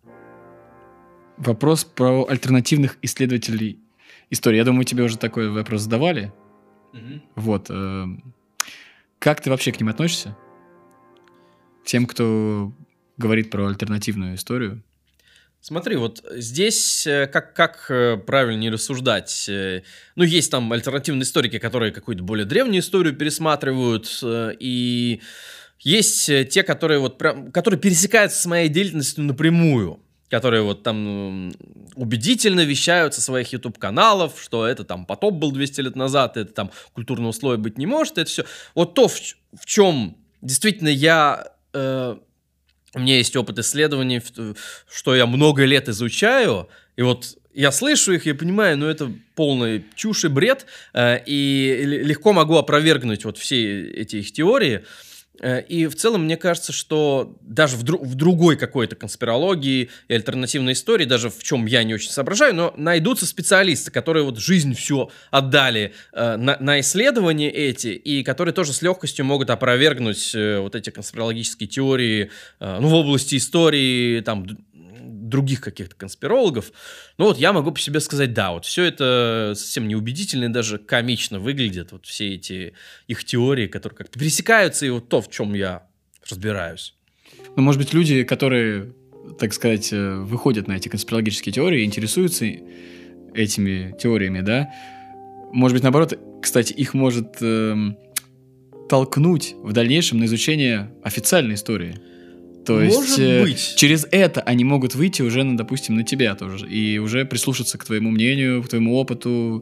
Вопрос про альтернативных исследователей истории. Я думаю, тебе уже такой вопрос задавали. Вот. э, Как ты вообще к ним относишься? Тем, кто говорит про альтернативную историю? Смотри, вот здесь как, как правильнее рассуждать? Ну, есть там альтернативные историки, которые какую-то более древнюю историю пересматривают, и есть те, которые вот прям, которые пересекаются с моей деятельностью напрямую, которые вот там убедительно вещают со своих YouTube-каналов, что это там потоп был двести лет назад, это там культурного слоя быть не может, это все. Вот то, в, в чем действительно я... Э, У меня есть опыт исследований, что я много лет изучаю, и вот я слышу их, я понимаю, ну это полная чушь и бред, и легко могу опровергнуть вот все эти их теории. И в целом мне кажется, что даже в, дру- в другой какой-то конспирологии и альтернативной истории, даже в чем я не очень соображаю, но найдутся специалисты, которые вот жизнь все отдали э, на, на исследования эти, и которые тоже с легкостью могут опровергнуть э, вот эти конспирологические теории, э, ну, в области истории, там, других каких-то конспирологов. Ну вот я могу по себе сказать, да, вот все это совсем неубедительно и даже комично выглядит, вот все эти их теории, которые как-то пересекаются, и вот то, в чем я разбираюсь. Ну, может быть, люди, которые, так сказать, выходят на эти конспирологические теории, интересуются этими теориями, да, может быть, наоборот, кстати, их может эм, толкнуть в дальнейшем на изучение официальной истории. То Может есть быть. через это они могут выйти уже, на, допустим, на тебя тоже. И уже прислушаться к твоему мнению, к твоему опыту.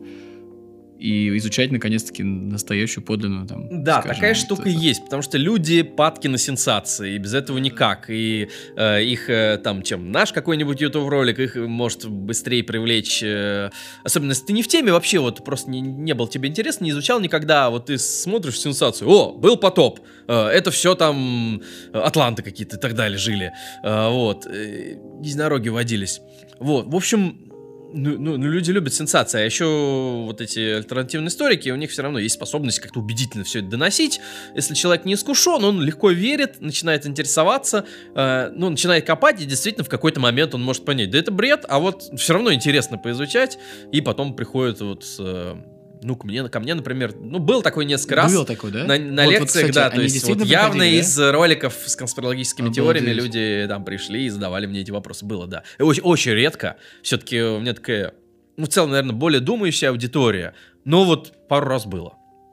И изучать, наконец-таки, настоящую, подлинную там. Да, скажем, такая вот штука это. есть, потому что люди падки на сенсации, и без этого никак. И э, их э, там, чем наш какой-нибудь YouTube-ролик, их может быстрее привлечь. Э, особенно если ты не в теме вообще, вот просто не, не был тебе интересно, не изучал никогда, вот ты смотришь сенсацию, о, был потоп, э, это все там атланты какие-то и так далее жили, э, вот, э, единороги водились. Вот, в общем... Ну, ну, ну, люди любят сенсации, а еще вот эти альтернативные историки, у них все равно есть способность как-то убедительно все это доносить. Если человек не искушен, он легко верит, начинает интересоваться, э, ну, начинает копать, и действительно в какой-то момент он может понять, да это бред, а вот все равно интересно поизучать, и потом приходит вот... Э, ну, ко мне, ко мне, например, ну, был такой несколько раз. Был такой, да? На, на вот, лекциях, вот, кстати, да, то есть вот явно приходили, из да? роликов с конспирологическими Обалдеть. теориями люди там пришли и задавали мне эти вопросы. Было, да. И очень, очень редко. Все-таки у меня такая, ну, в целом, наверное, более думающая аудитория. Но вот пару раз было.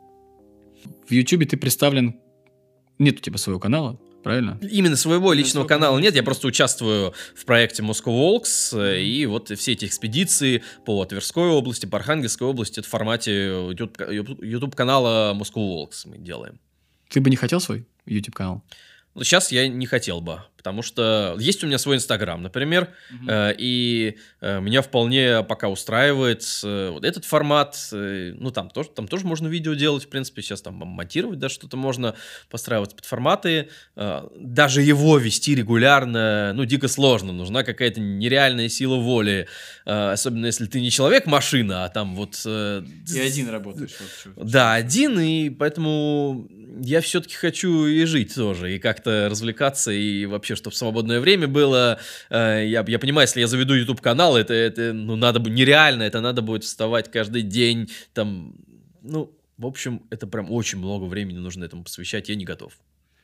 В Ютубе ты представлен... Нет у тебя своего канала, правильно? Именно своего личного своего канала канала нет, я нет. просто участвую в проекте Moscow Walks, э, и вот все эти экспедиции по Тверской области, по Архангельской области, это в формате YouTube-канала Moscow Walks мы делаем. Ты бы не хотел свой YouTube-канал? Но сейчас я не хотел бы, потому что есть у меня свой Инстаграм, например, Мгм. э, и э, меня вполне пока устраивает э, вот этот формат. э, ну, там тоже, там тоже можно видео делать, в принципе, сейчас там монтировать, да, что-то можно подстраивать под форматы. Э, даже его вести регулярно, ну, дико сложно. Нужна какая-то нереальная сила воли, э, особенно если ты не человек-машина, а там вот... э, работаешь. да, один, и поэтому я все-таки хочу и жить тоже, и как-то развлекаться, и вообще, чтобы свободное время было. Э, Я, я понимаю, если я заведу YouTube-канал, это, это ну, надо бы нереально, это надо будет вставать каждый день, там, ну, в общем, это прям очень много времени нужно этому посвящать, я не готов.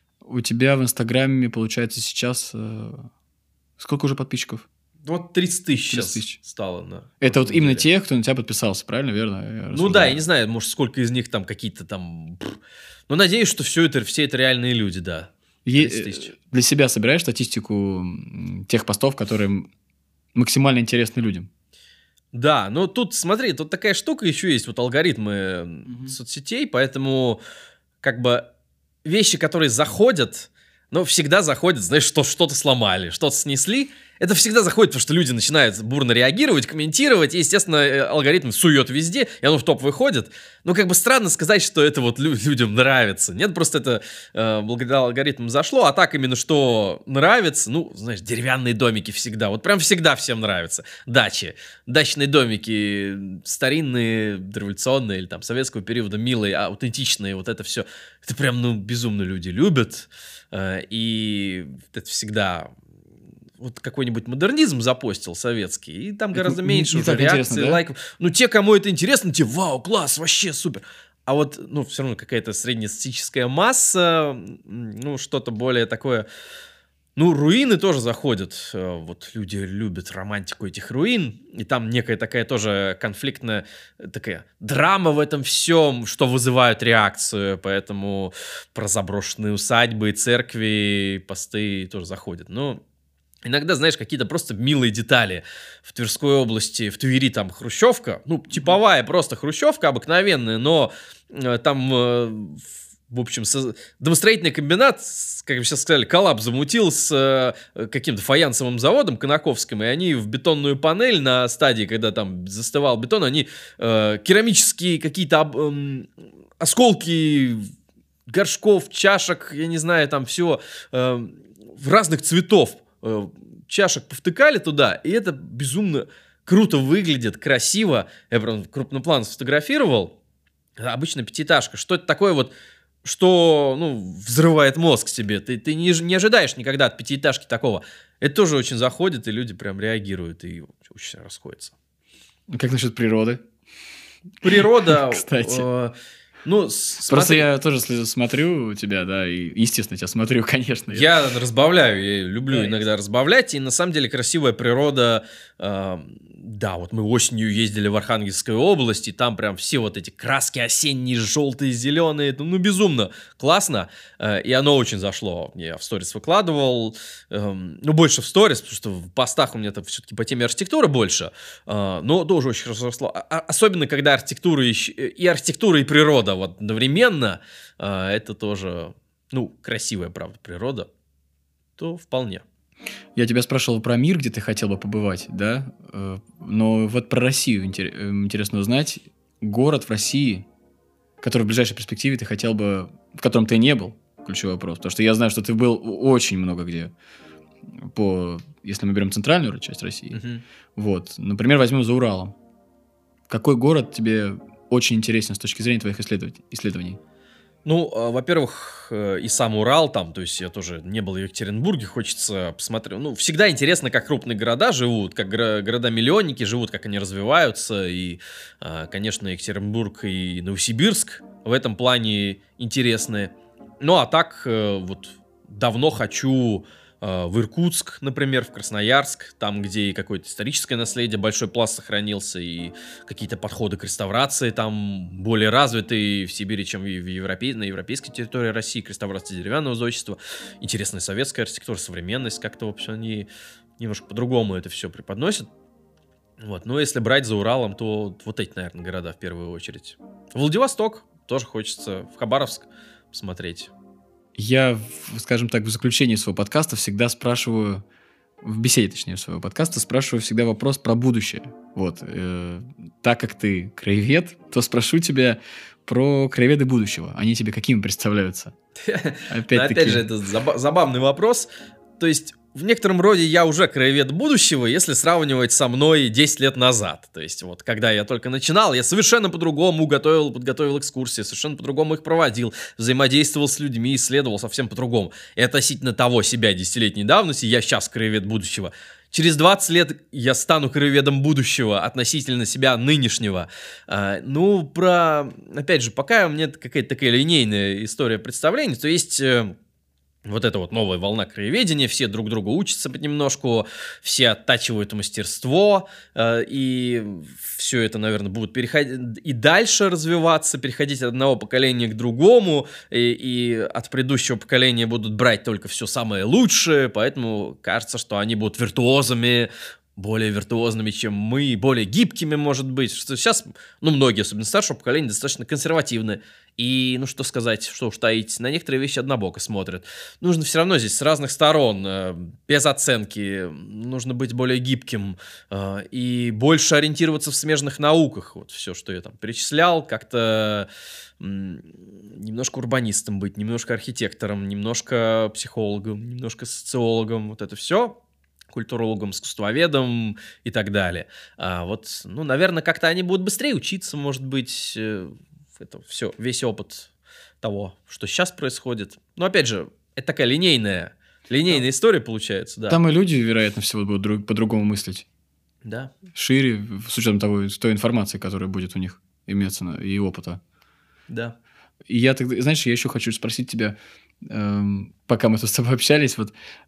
У тебя в Инстаграме, получается, сейчас... э, Сколько уже подписчиков? Вот тридцать тысяч тридцать сейчас тысяч. стало на Это вот прошлой именно неделе. те, кто на тебя подписался, правильно, верно? Я Ну рассуждаю. да, я не знаю, может, сколько из них там какие-то там... пф. Но надеюсь, что все это, все это реальные люди, да. Е- тридцать тысяч. Для себя собираешь статистику м, тех постов, которые максимально интересны людям? Да, но тут, смотри, тут такая штука еще есть, вот алгоритмы Мгм. соцсетей, поэтому как бы вещи, которые заходят, но всегда заходят, знаешь, что что-то сломали, что-то снесли, это всегда заходит, потому что люди начинают бурно реагировать, комментировать, и, естественно, э, алгоритм сует везде, и оно в топ выходит. Ну, как бы странно сказать, что это вот лю- людям нравится. Нет, просто это э, благодаря алгоритмам зашло, а так именно что нравится, ну, знаешь, деревянные домики всегда, вот прям всегда всем нравится. Дачи, дачные домики, старинные, дореволюционные или там советского периода, милые, аутентичные, вот это все, это прям, ну, безумно люди любят, э, и это всегда... Вот какой-нибудь модернизм запостил советский, и там Это гораздо не- меньше не уже так реакций, интересно, да? лайков. Ну, те, кому это интересно, те, вау, класс, вообще супер. А вот, ну, все равно какая-то среднестатистическая масса, м, ну, что-то более такое, Ну, руины тоже заходят. Э, Вот люди любят романтику этих руин. И там некая такая тоже конфликтная такая драма в этом всем, что вызывает реакцию. Поэтому про заброшенные усадьбы, церкви, посты тоже заходят. Но иногда, знаешь, какие-то просто милые детали. В Тверской области, в Твери там хрущевка. Ну, типовая просто хрущевка обыкновенная, но э, там... э, В общем, со- домостроительный комбинат, с- как бы сейчас сказали, коллапс замутил с э, каким-то фаянсовым заводом Конаковским, и они в бетонную панель на стадии, когда там застывал бетон, они э, керамические какие-то об- эм, осколки горшков, чашек, я не знаю, там все э, разных цветов э, чашек повтыкали туда, и это безумно круто выглядит, красиво. Я прям крупный план сфотографировал. Обычно пятиэтажка. Что это такое вот, что, ну, взрывает мозг себе. Ты, ты не, ж- не ожидаешь никогда от пятиэтажки такого. Это тоже очень заходит, и люди прям реагируют, и очень расходятся. Как насчет природы? Природа... Кстати. э, ну, с- Просто смотри, я тоже сли- смотрю тебя, да, и, естественно, тебя смотрю, конечно. я разбавляю, я люблю Да, иногда разбавлять, и на самом деле красивая природа, э, да, вот мы осенью ездили в Архангельскую область, и там прям все вот эти краски осенние, желтые, зеленые, ну, ну, безумно классно, э, и оно очень зашло. Я в сторис выкладывал, эм, ну, больше в сторис, потому что в постах у меня там все-таки по теме архитектуры больше, э, но тоже очень хорошо зашло. А- а- особенно, когда архитектура и, щ- и архитектура, и природа вот одновременно, э, это тоже... Ну, красивая, правда, природа, то вполне. Я тебя спрашивал про мир, где ты хотел бы побывать, да? Э, Но вот про Россию интер- э, интересно узнать. Город в России, который в ближайшей перспективе ты хотел бы... В котором ты не был, ключевой вопрос. Потому что я знаю, что ты был очень много где. По... Если мы берем центральную часть России. Мгм. Вот. Например, возьмем за Уралом. Какой город тебе очень интересен с точки зрения твоих исследовать- исследований? Ну, э, во-первых, э, и сам Урал там, то есть я тоже не был в Екатеринбурге, хочется посмотреть. Ну, всегда интересно, как крупные города живут, как гора- города-миллионники живут, как они развиваются. И, э, конечно, Екатеринбург и Новосибирск в этом плане интересны. Ну, а так, э, вот давно хочу э, в Иркутск, например, в Красноярск, там, где и какое-то историческое наследие, большой пласт сохранился, и какие-то подходы к реставрации там более развитые в Сибири, чем в в Европе, на европейской территории России, к реставрации деревянного зодчества. Интересная советская архитектура, современность, как-то, в общем, они немножко по-другому это все преподносят. Вот. Но если брать за Уралом, то вот эти, наверное, города в первую очередь. Владивосток тоже хочется, в Хабаровск посмотреть. Я, в- скажем так, в заключении своего подкаста всегда спрашиваю, в беседе, точнее, своего подкаста, спрашиваю всегда вопрос про будущее. Вот. э, так как ты краевед, то спрошу тебя про краеведы будущего. Они тебе какими представляются? Но Опять-таки. опять же, это заба- забавный вопрос. То есть, в некотором роде я уже краевед будущего, если сравнивать со мной десять лет назад. То есть, вот, когда я только начинал, я совершенно по-другому готовил, подготовил экскурсии, совершенно по-другому их проводил, взаимодействовал с людьми, исследовал совсем по-другому. И относительно того себя десятилетней давности, я сейчас краевед будущего. Через двадцать лет я стану краеведом будущего относительно себя нынешнего. А, ну, про... Опять же, пока у меня какая-то такая линейная история представлений, то есть... э, Вот эта вот новая волна краеведения, все друг другу учатся понемножку, все оттачивают мастерство, э, и все это, наверное, будут переходить и дальше развиваться, переходить от одного поколения к другому, и, и от предыдущего поколения будут брать только все самое лучшее, поэтому кажется, что они будут виртуозами, более виртуозными, чем мы, более гибкими, может быть. Что сейчас, ну, многие, особенно старшего поколения, достаточно консервативны. И, ну, что сказать, что уж таить, на некоторые вещи однобоко смотрят. Нужно все равно здесь с разных сторон, э, без оценки, нужно быть более гибким э, и больше ориентироваться в смежных науках. Вот все, что я там перечислял, как-то м, немножко урбанистом быть, немножко архитектором, немножко психологом, немножко социологом, вот это все. Культурологом, искусствоведом и так далее. А вот, ну, наверное, как-то они будут быстрее учиться, может быть, э, это все, весь опыт того, что сейчас происходит. Но, опять же, это такая линейная, линейная история получается, да. Там и люди, вероятно всего, будут друг- по-другому мыслить. Да. Шире, с учетом того, той информации, которая будет у них иметься, на- и опыта. Да. И я тогда, знаешь, я еще хочу спросить тебя, эм, пока мы тут с тобой общались, вот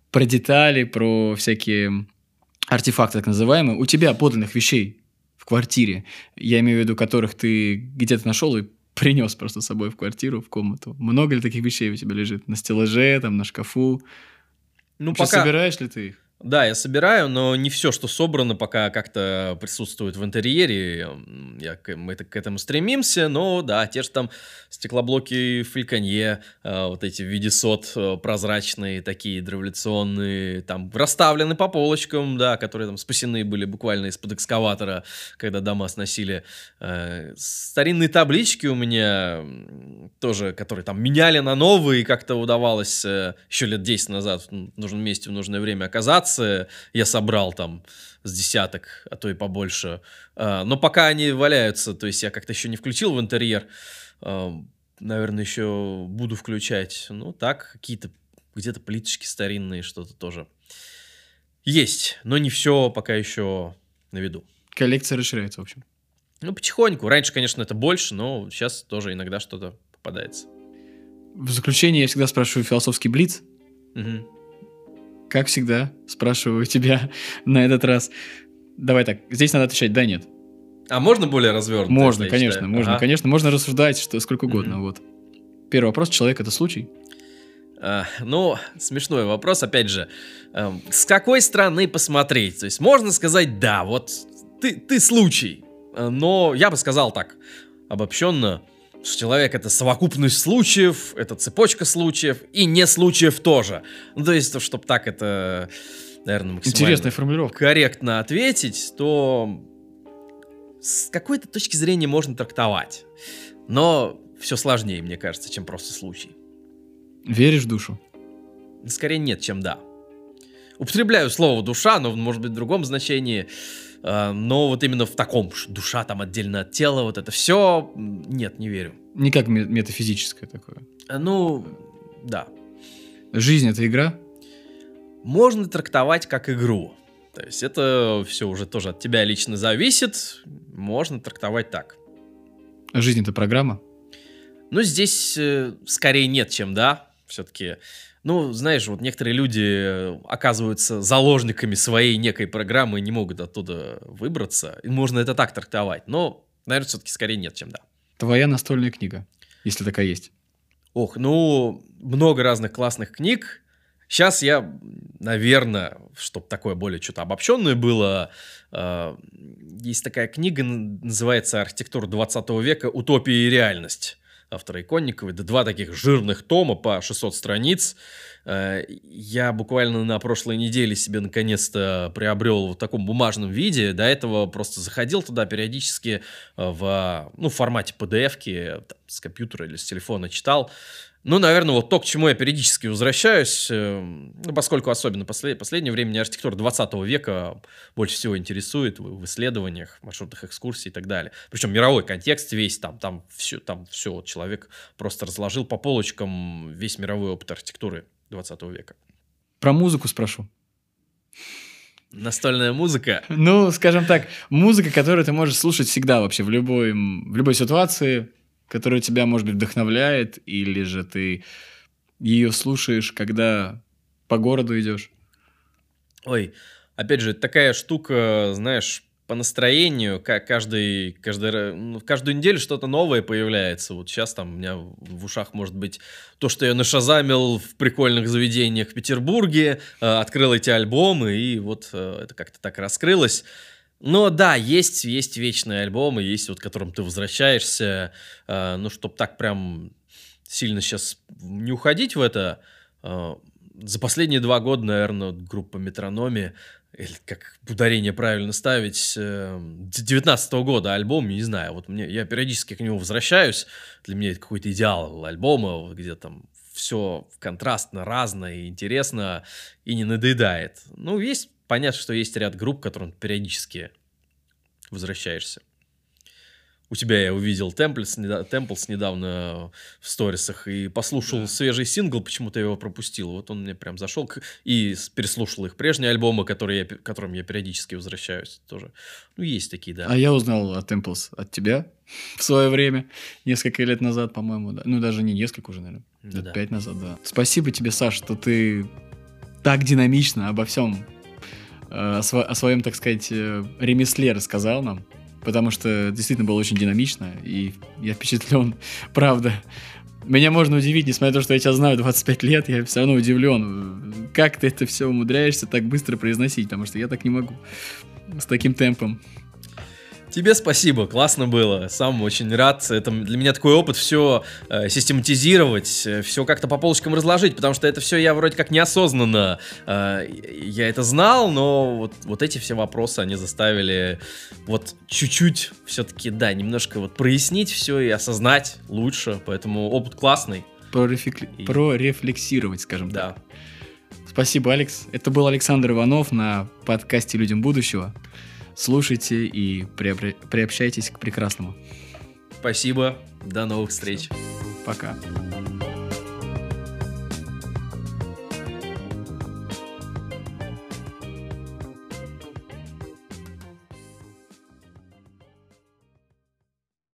про детали, про всякие артефакты так называемые. У тебя подлинных вещей в квартире, я имею в виду, которых ты где-то нашел и принес просто с собой в квартиру, в комнату. Много ли таких вещей у тебя лежит? На стеллаже, там, на шкафу? Ну, Вообще, пока... собираешь ли ты их? Да, я собираю, но не все, что собрано, пока как-то присутствует в интерьере. Я, к- мы это- к этому стремимся, но да, те же там стеклоблоки Фальконье, э, вот эти в виде сот э, прозрачные, такие дореволюционные, там расставлены по полочкам, да, которые там спасены были буквально из-под экскаватора, когда дома сносили. Э, Старинные таблички у меня м, тоже, которые там меняли на новые, и как-то удавалось э, еще лет десять назад в нужном месте в нужное время оказаться. Я собрал там с десяток, а то и побольше. А, Но пока они валяются, то есть я как-то еще не включил в интерьер. А, Наверное, еще буду включать. Ну, так, какие-то где-то плиточки старинные, что-то тоже есть. Но не все пока еще на виду. Коллекция расширяется, в общем. Ну, потихоньку. Раньше, конечно, это больше, но сейчас тоже иногда что-то попадается. В заключение я всегда спрашиваю философский блиц. Мгм. Как всегда, спрашиваю тебя на этот раз. Давай так, здесь надо отвечать «да», «нет». А можно более развернуто? Можно, я конечно, считаю? можно, Ага. конечно. Можно рассуждать что, сколько Мгм. угодно. Вот. Первый вопрос. Человек – это случай? А, Ну, смешной вопрос, опять же. Эм, С какой стороны посмотреть? То есть можно сказать, да, вот ты, ты случай. Э, Но я бы сказал так, обобщенно, что человек — это совокупность случаев, это цепочка случаев и не случаев тоже. Ну, то есть, чтобы так это, наверное, максимально Интересная формулировка. корректно ответить, то с какой-то точки зрения можно трактовать. Но все сложнее, мне кажется, чем просто случай. Веришь в душу? Скорее нет, чем да. Употребляю слово душа, но может быть в другом значении. А, Но вот именно в таком ш- душа там отдельно от тела, вот это все, нет, не верю. Не как ме- метафизическое такое. А, Ну, да. Жизнь – это игра? Можно трактовать как игру. То есть это все уже тоже от тебя лично зависит. Можно трактовать так. А жизнь – это программа? Ну, здесь э, скорее нет, чем да. Все-таки, ну, знаешь, вот некоторые люди э, оказываются заложниками своей некой программы и не могут оттуда выбраться. И можно это так трактовать. Но, наверное, все-таки скорее нет, чем да. Твоя настольная книга, если такая есть. Ох, ну, много разных классных книг. Сейчас я, наверное, чтобы такое более что-то обобщенное было, э, есть такая книга, н- называется «Архитектура двадцатого века. Утопия и реальность». Автора Иконниковой. Да два таких жирных тома по шестьсот страниц. Э, Я буквально на прошлой неделе себе наконец-то приобрел в таком бумажном виде. До этого просто заходил туда периодически э, в ну, в формате пи ди эф-ки, там, с компьютера или с телефона читал. Ну, наверное, вот то, к чему я периодически возвращаюсь, э, ну, поскольку особенно после, последнее время меня архитектура двадцатого века больше всего интересует в, в исследованиях, маршрутных экскурсий и так далее. Причем мировой контекст весь, там, там все, там все, вот человек просто разложил по полочкам весь мировой опыт архитектуры двадцатого века. Про музыку спрошу. Настольная музыка. Ну, скажем так, музыка, которую ты можешь слушать всегда вообще, в любой, м, в любой ситуации, которая тебя, может быть, вдохновляет, или же ты ее слушаешь, когда по городу идешь. Ой, опять же, это такая штука, знаешь, по настроению, ка- каждый, каждый, ра- ну, каждую неделю что-то новое появляется. Вот сейчас там у меня в ушах может быть то, что я нашазамил в прикольных заведениях в Петербурге, э, открыл эти альбомы, и вот э, это как-то так раскрылось. Но да, есть, есть вечные альбомы, есть вот к которым ты возвращаешься. э, Ну, чтоб так прям сильно сейчас не уходить в это, э, за последние два года, наверное, вот группа Метрономи, или как ударение правильно ставить, э, девятнадцатого года альбом, не знаю, вот мне, я периодически к нему возвращаюсь, для меня это какой-то идеал альбома, вот где там все контрастно, разно и интересно, и не надоедает. Ну, есть, понятно, что есть ряд групп, к которым ты периодически возвращаешься. У тебя я увидел Темплс, Темплс недавно в сторисах и послушал Да. свежий сингл, почему-то я его пропустил. Вот он мне прям зашел к- и с- переслушал их прежние альбомы, которые я, пе- к которым я периодически возвращаюсь тоже. Ну, есть такие, да. А я узнал о Temples от тебя в свое время, несколько лет назад, по-моему. Да. Ну, даже не несколько уже, наверное. Ну Лет да. пять назад, да. Спасибо тебе, Саш, что ты так динамично обо всем, о своем, так сказать, ремесле рассказал нам, потому что действительно было очень динамично, и я впечатлен, правда. Меня можно удивить, несмотря на то, что я тебя знаю двадцать пять лет, я все равно удивлен, как ты это все умудряешься так быстро произносить, потому что я так не могу с таким темпом. Тебе спасибо, классно было, сам очень рад. Это для меня такой опыт все э, систематизировать, все как-то по полочкам разложить, потому что это все я вроде как неосознанно, э, я это знал, но вот, вот эти все вопросы, они заставили вот чуть-чуть все-таки, да, немножко вот прояснить все и осознать лучше, поэтому опыт классный. Прорефли... И... Прорефлексировать, скажем да. так. Спасибо, Алекс. Это был Александр Иванов на подкасте «Людям будущего». Слушайте и приобр... приобщайтесь к прекрасному. Спасибо. До новых встреч. Пока.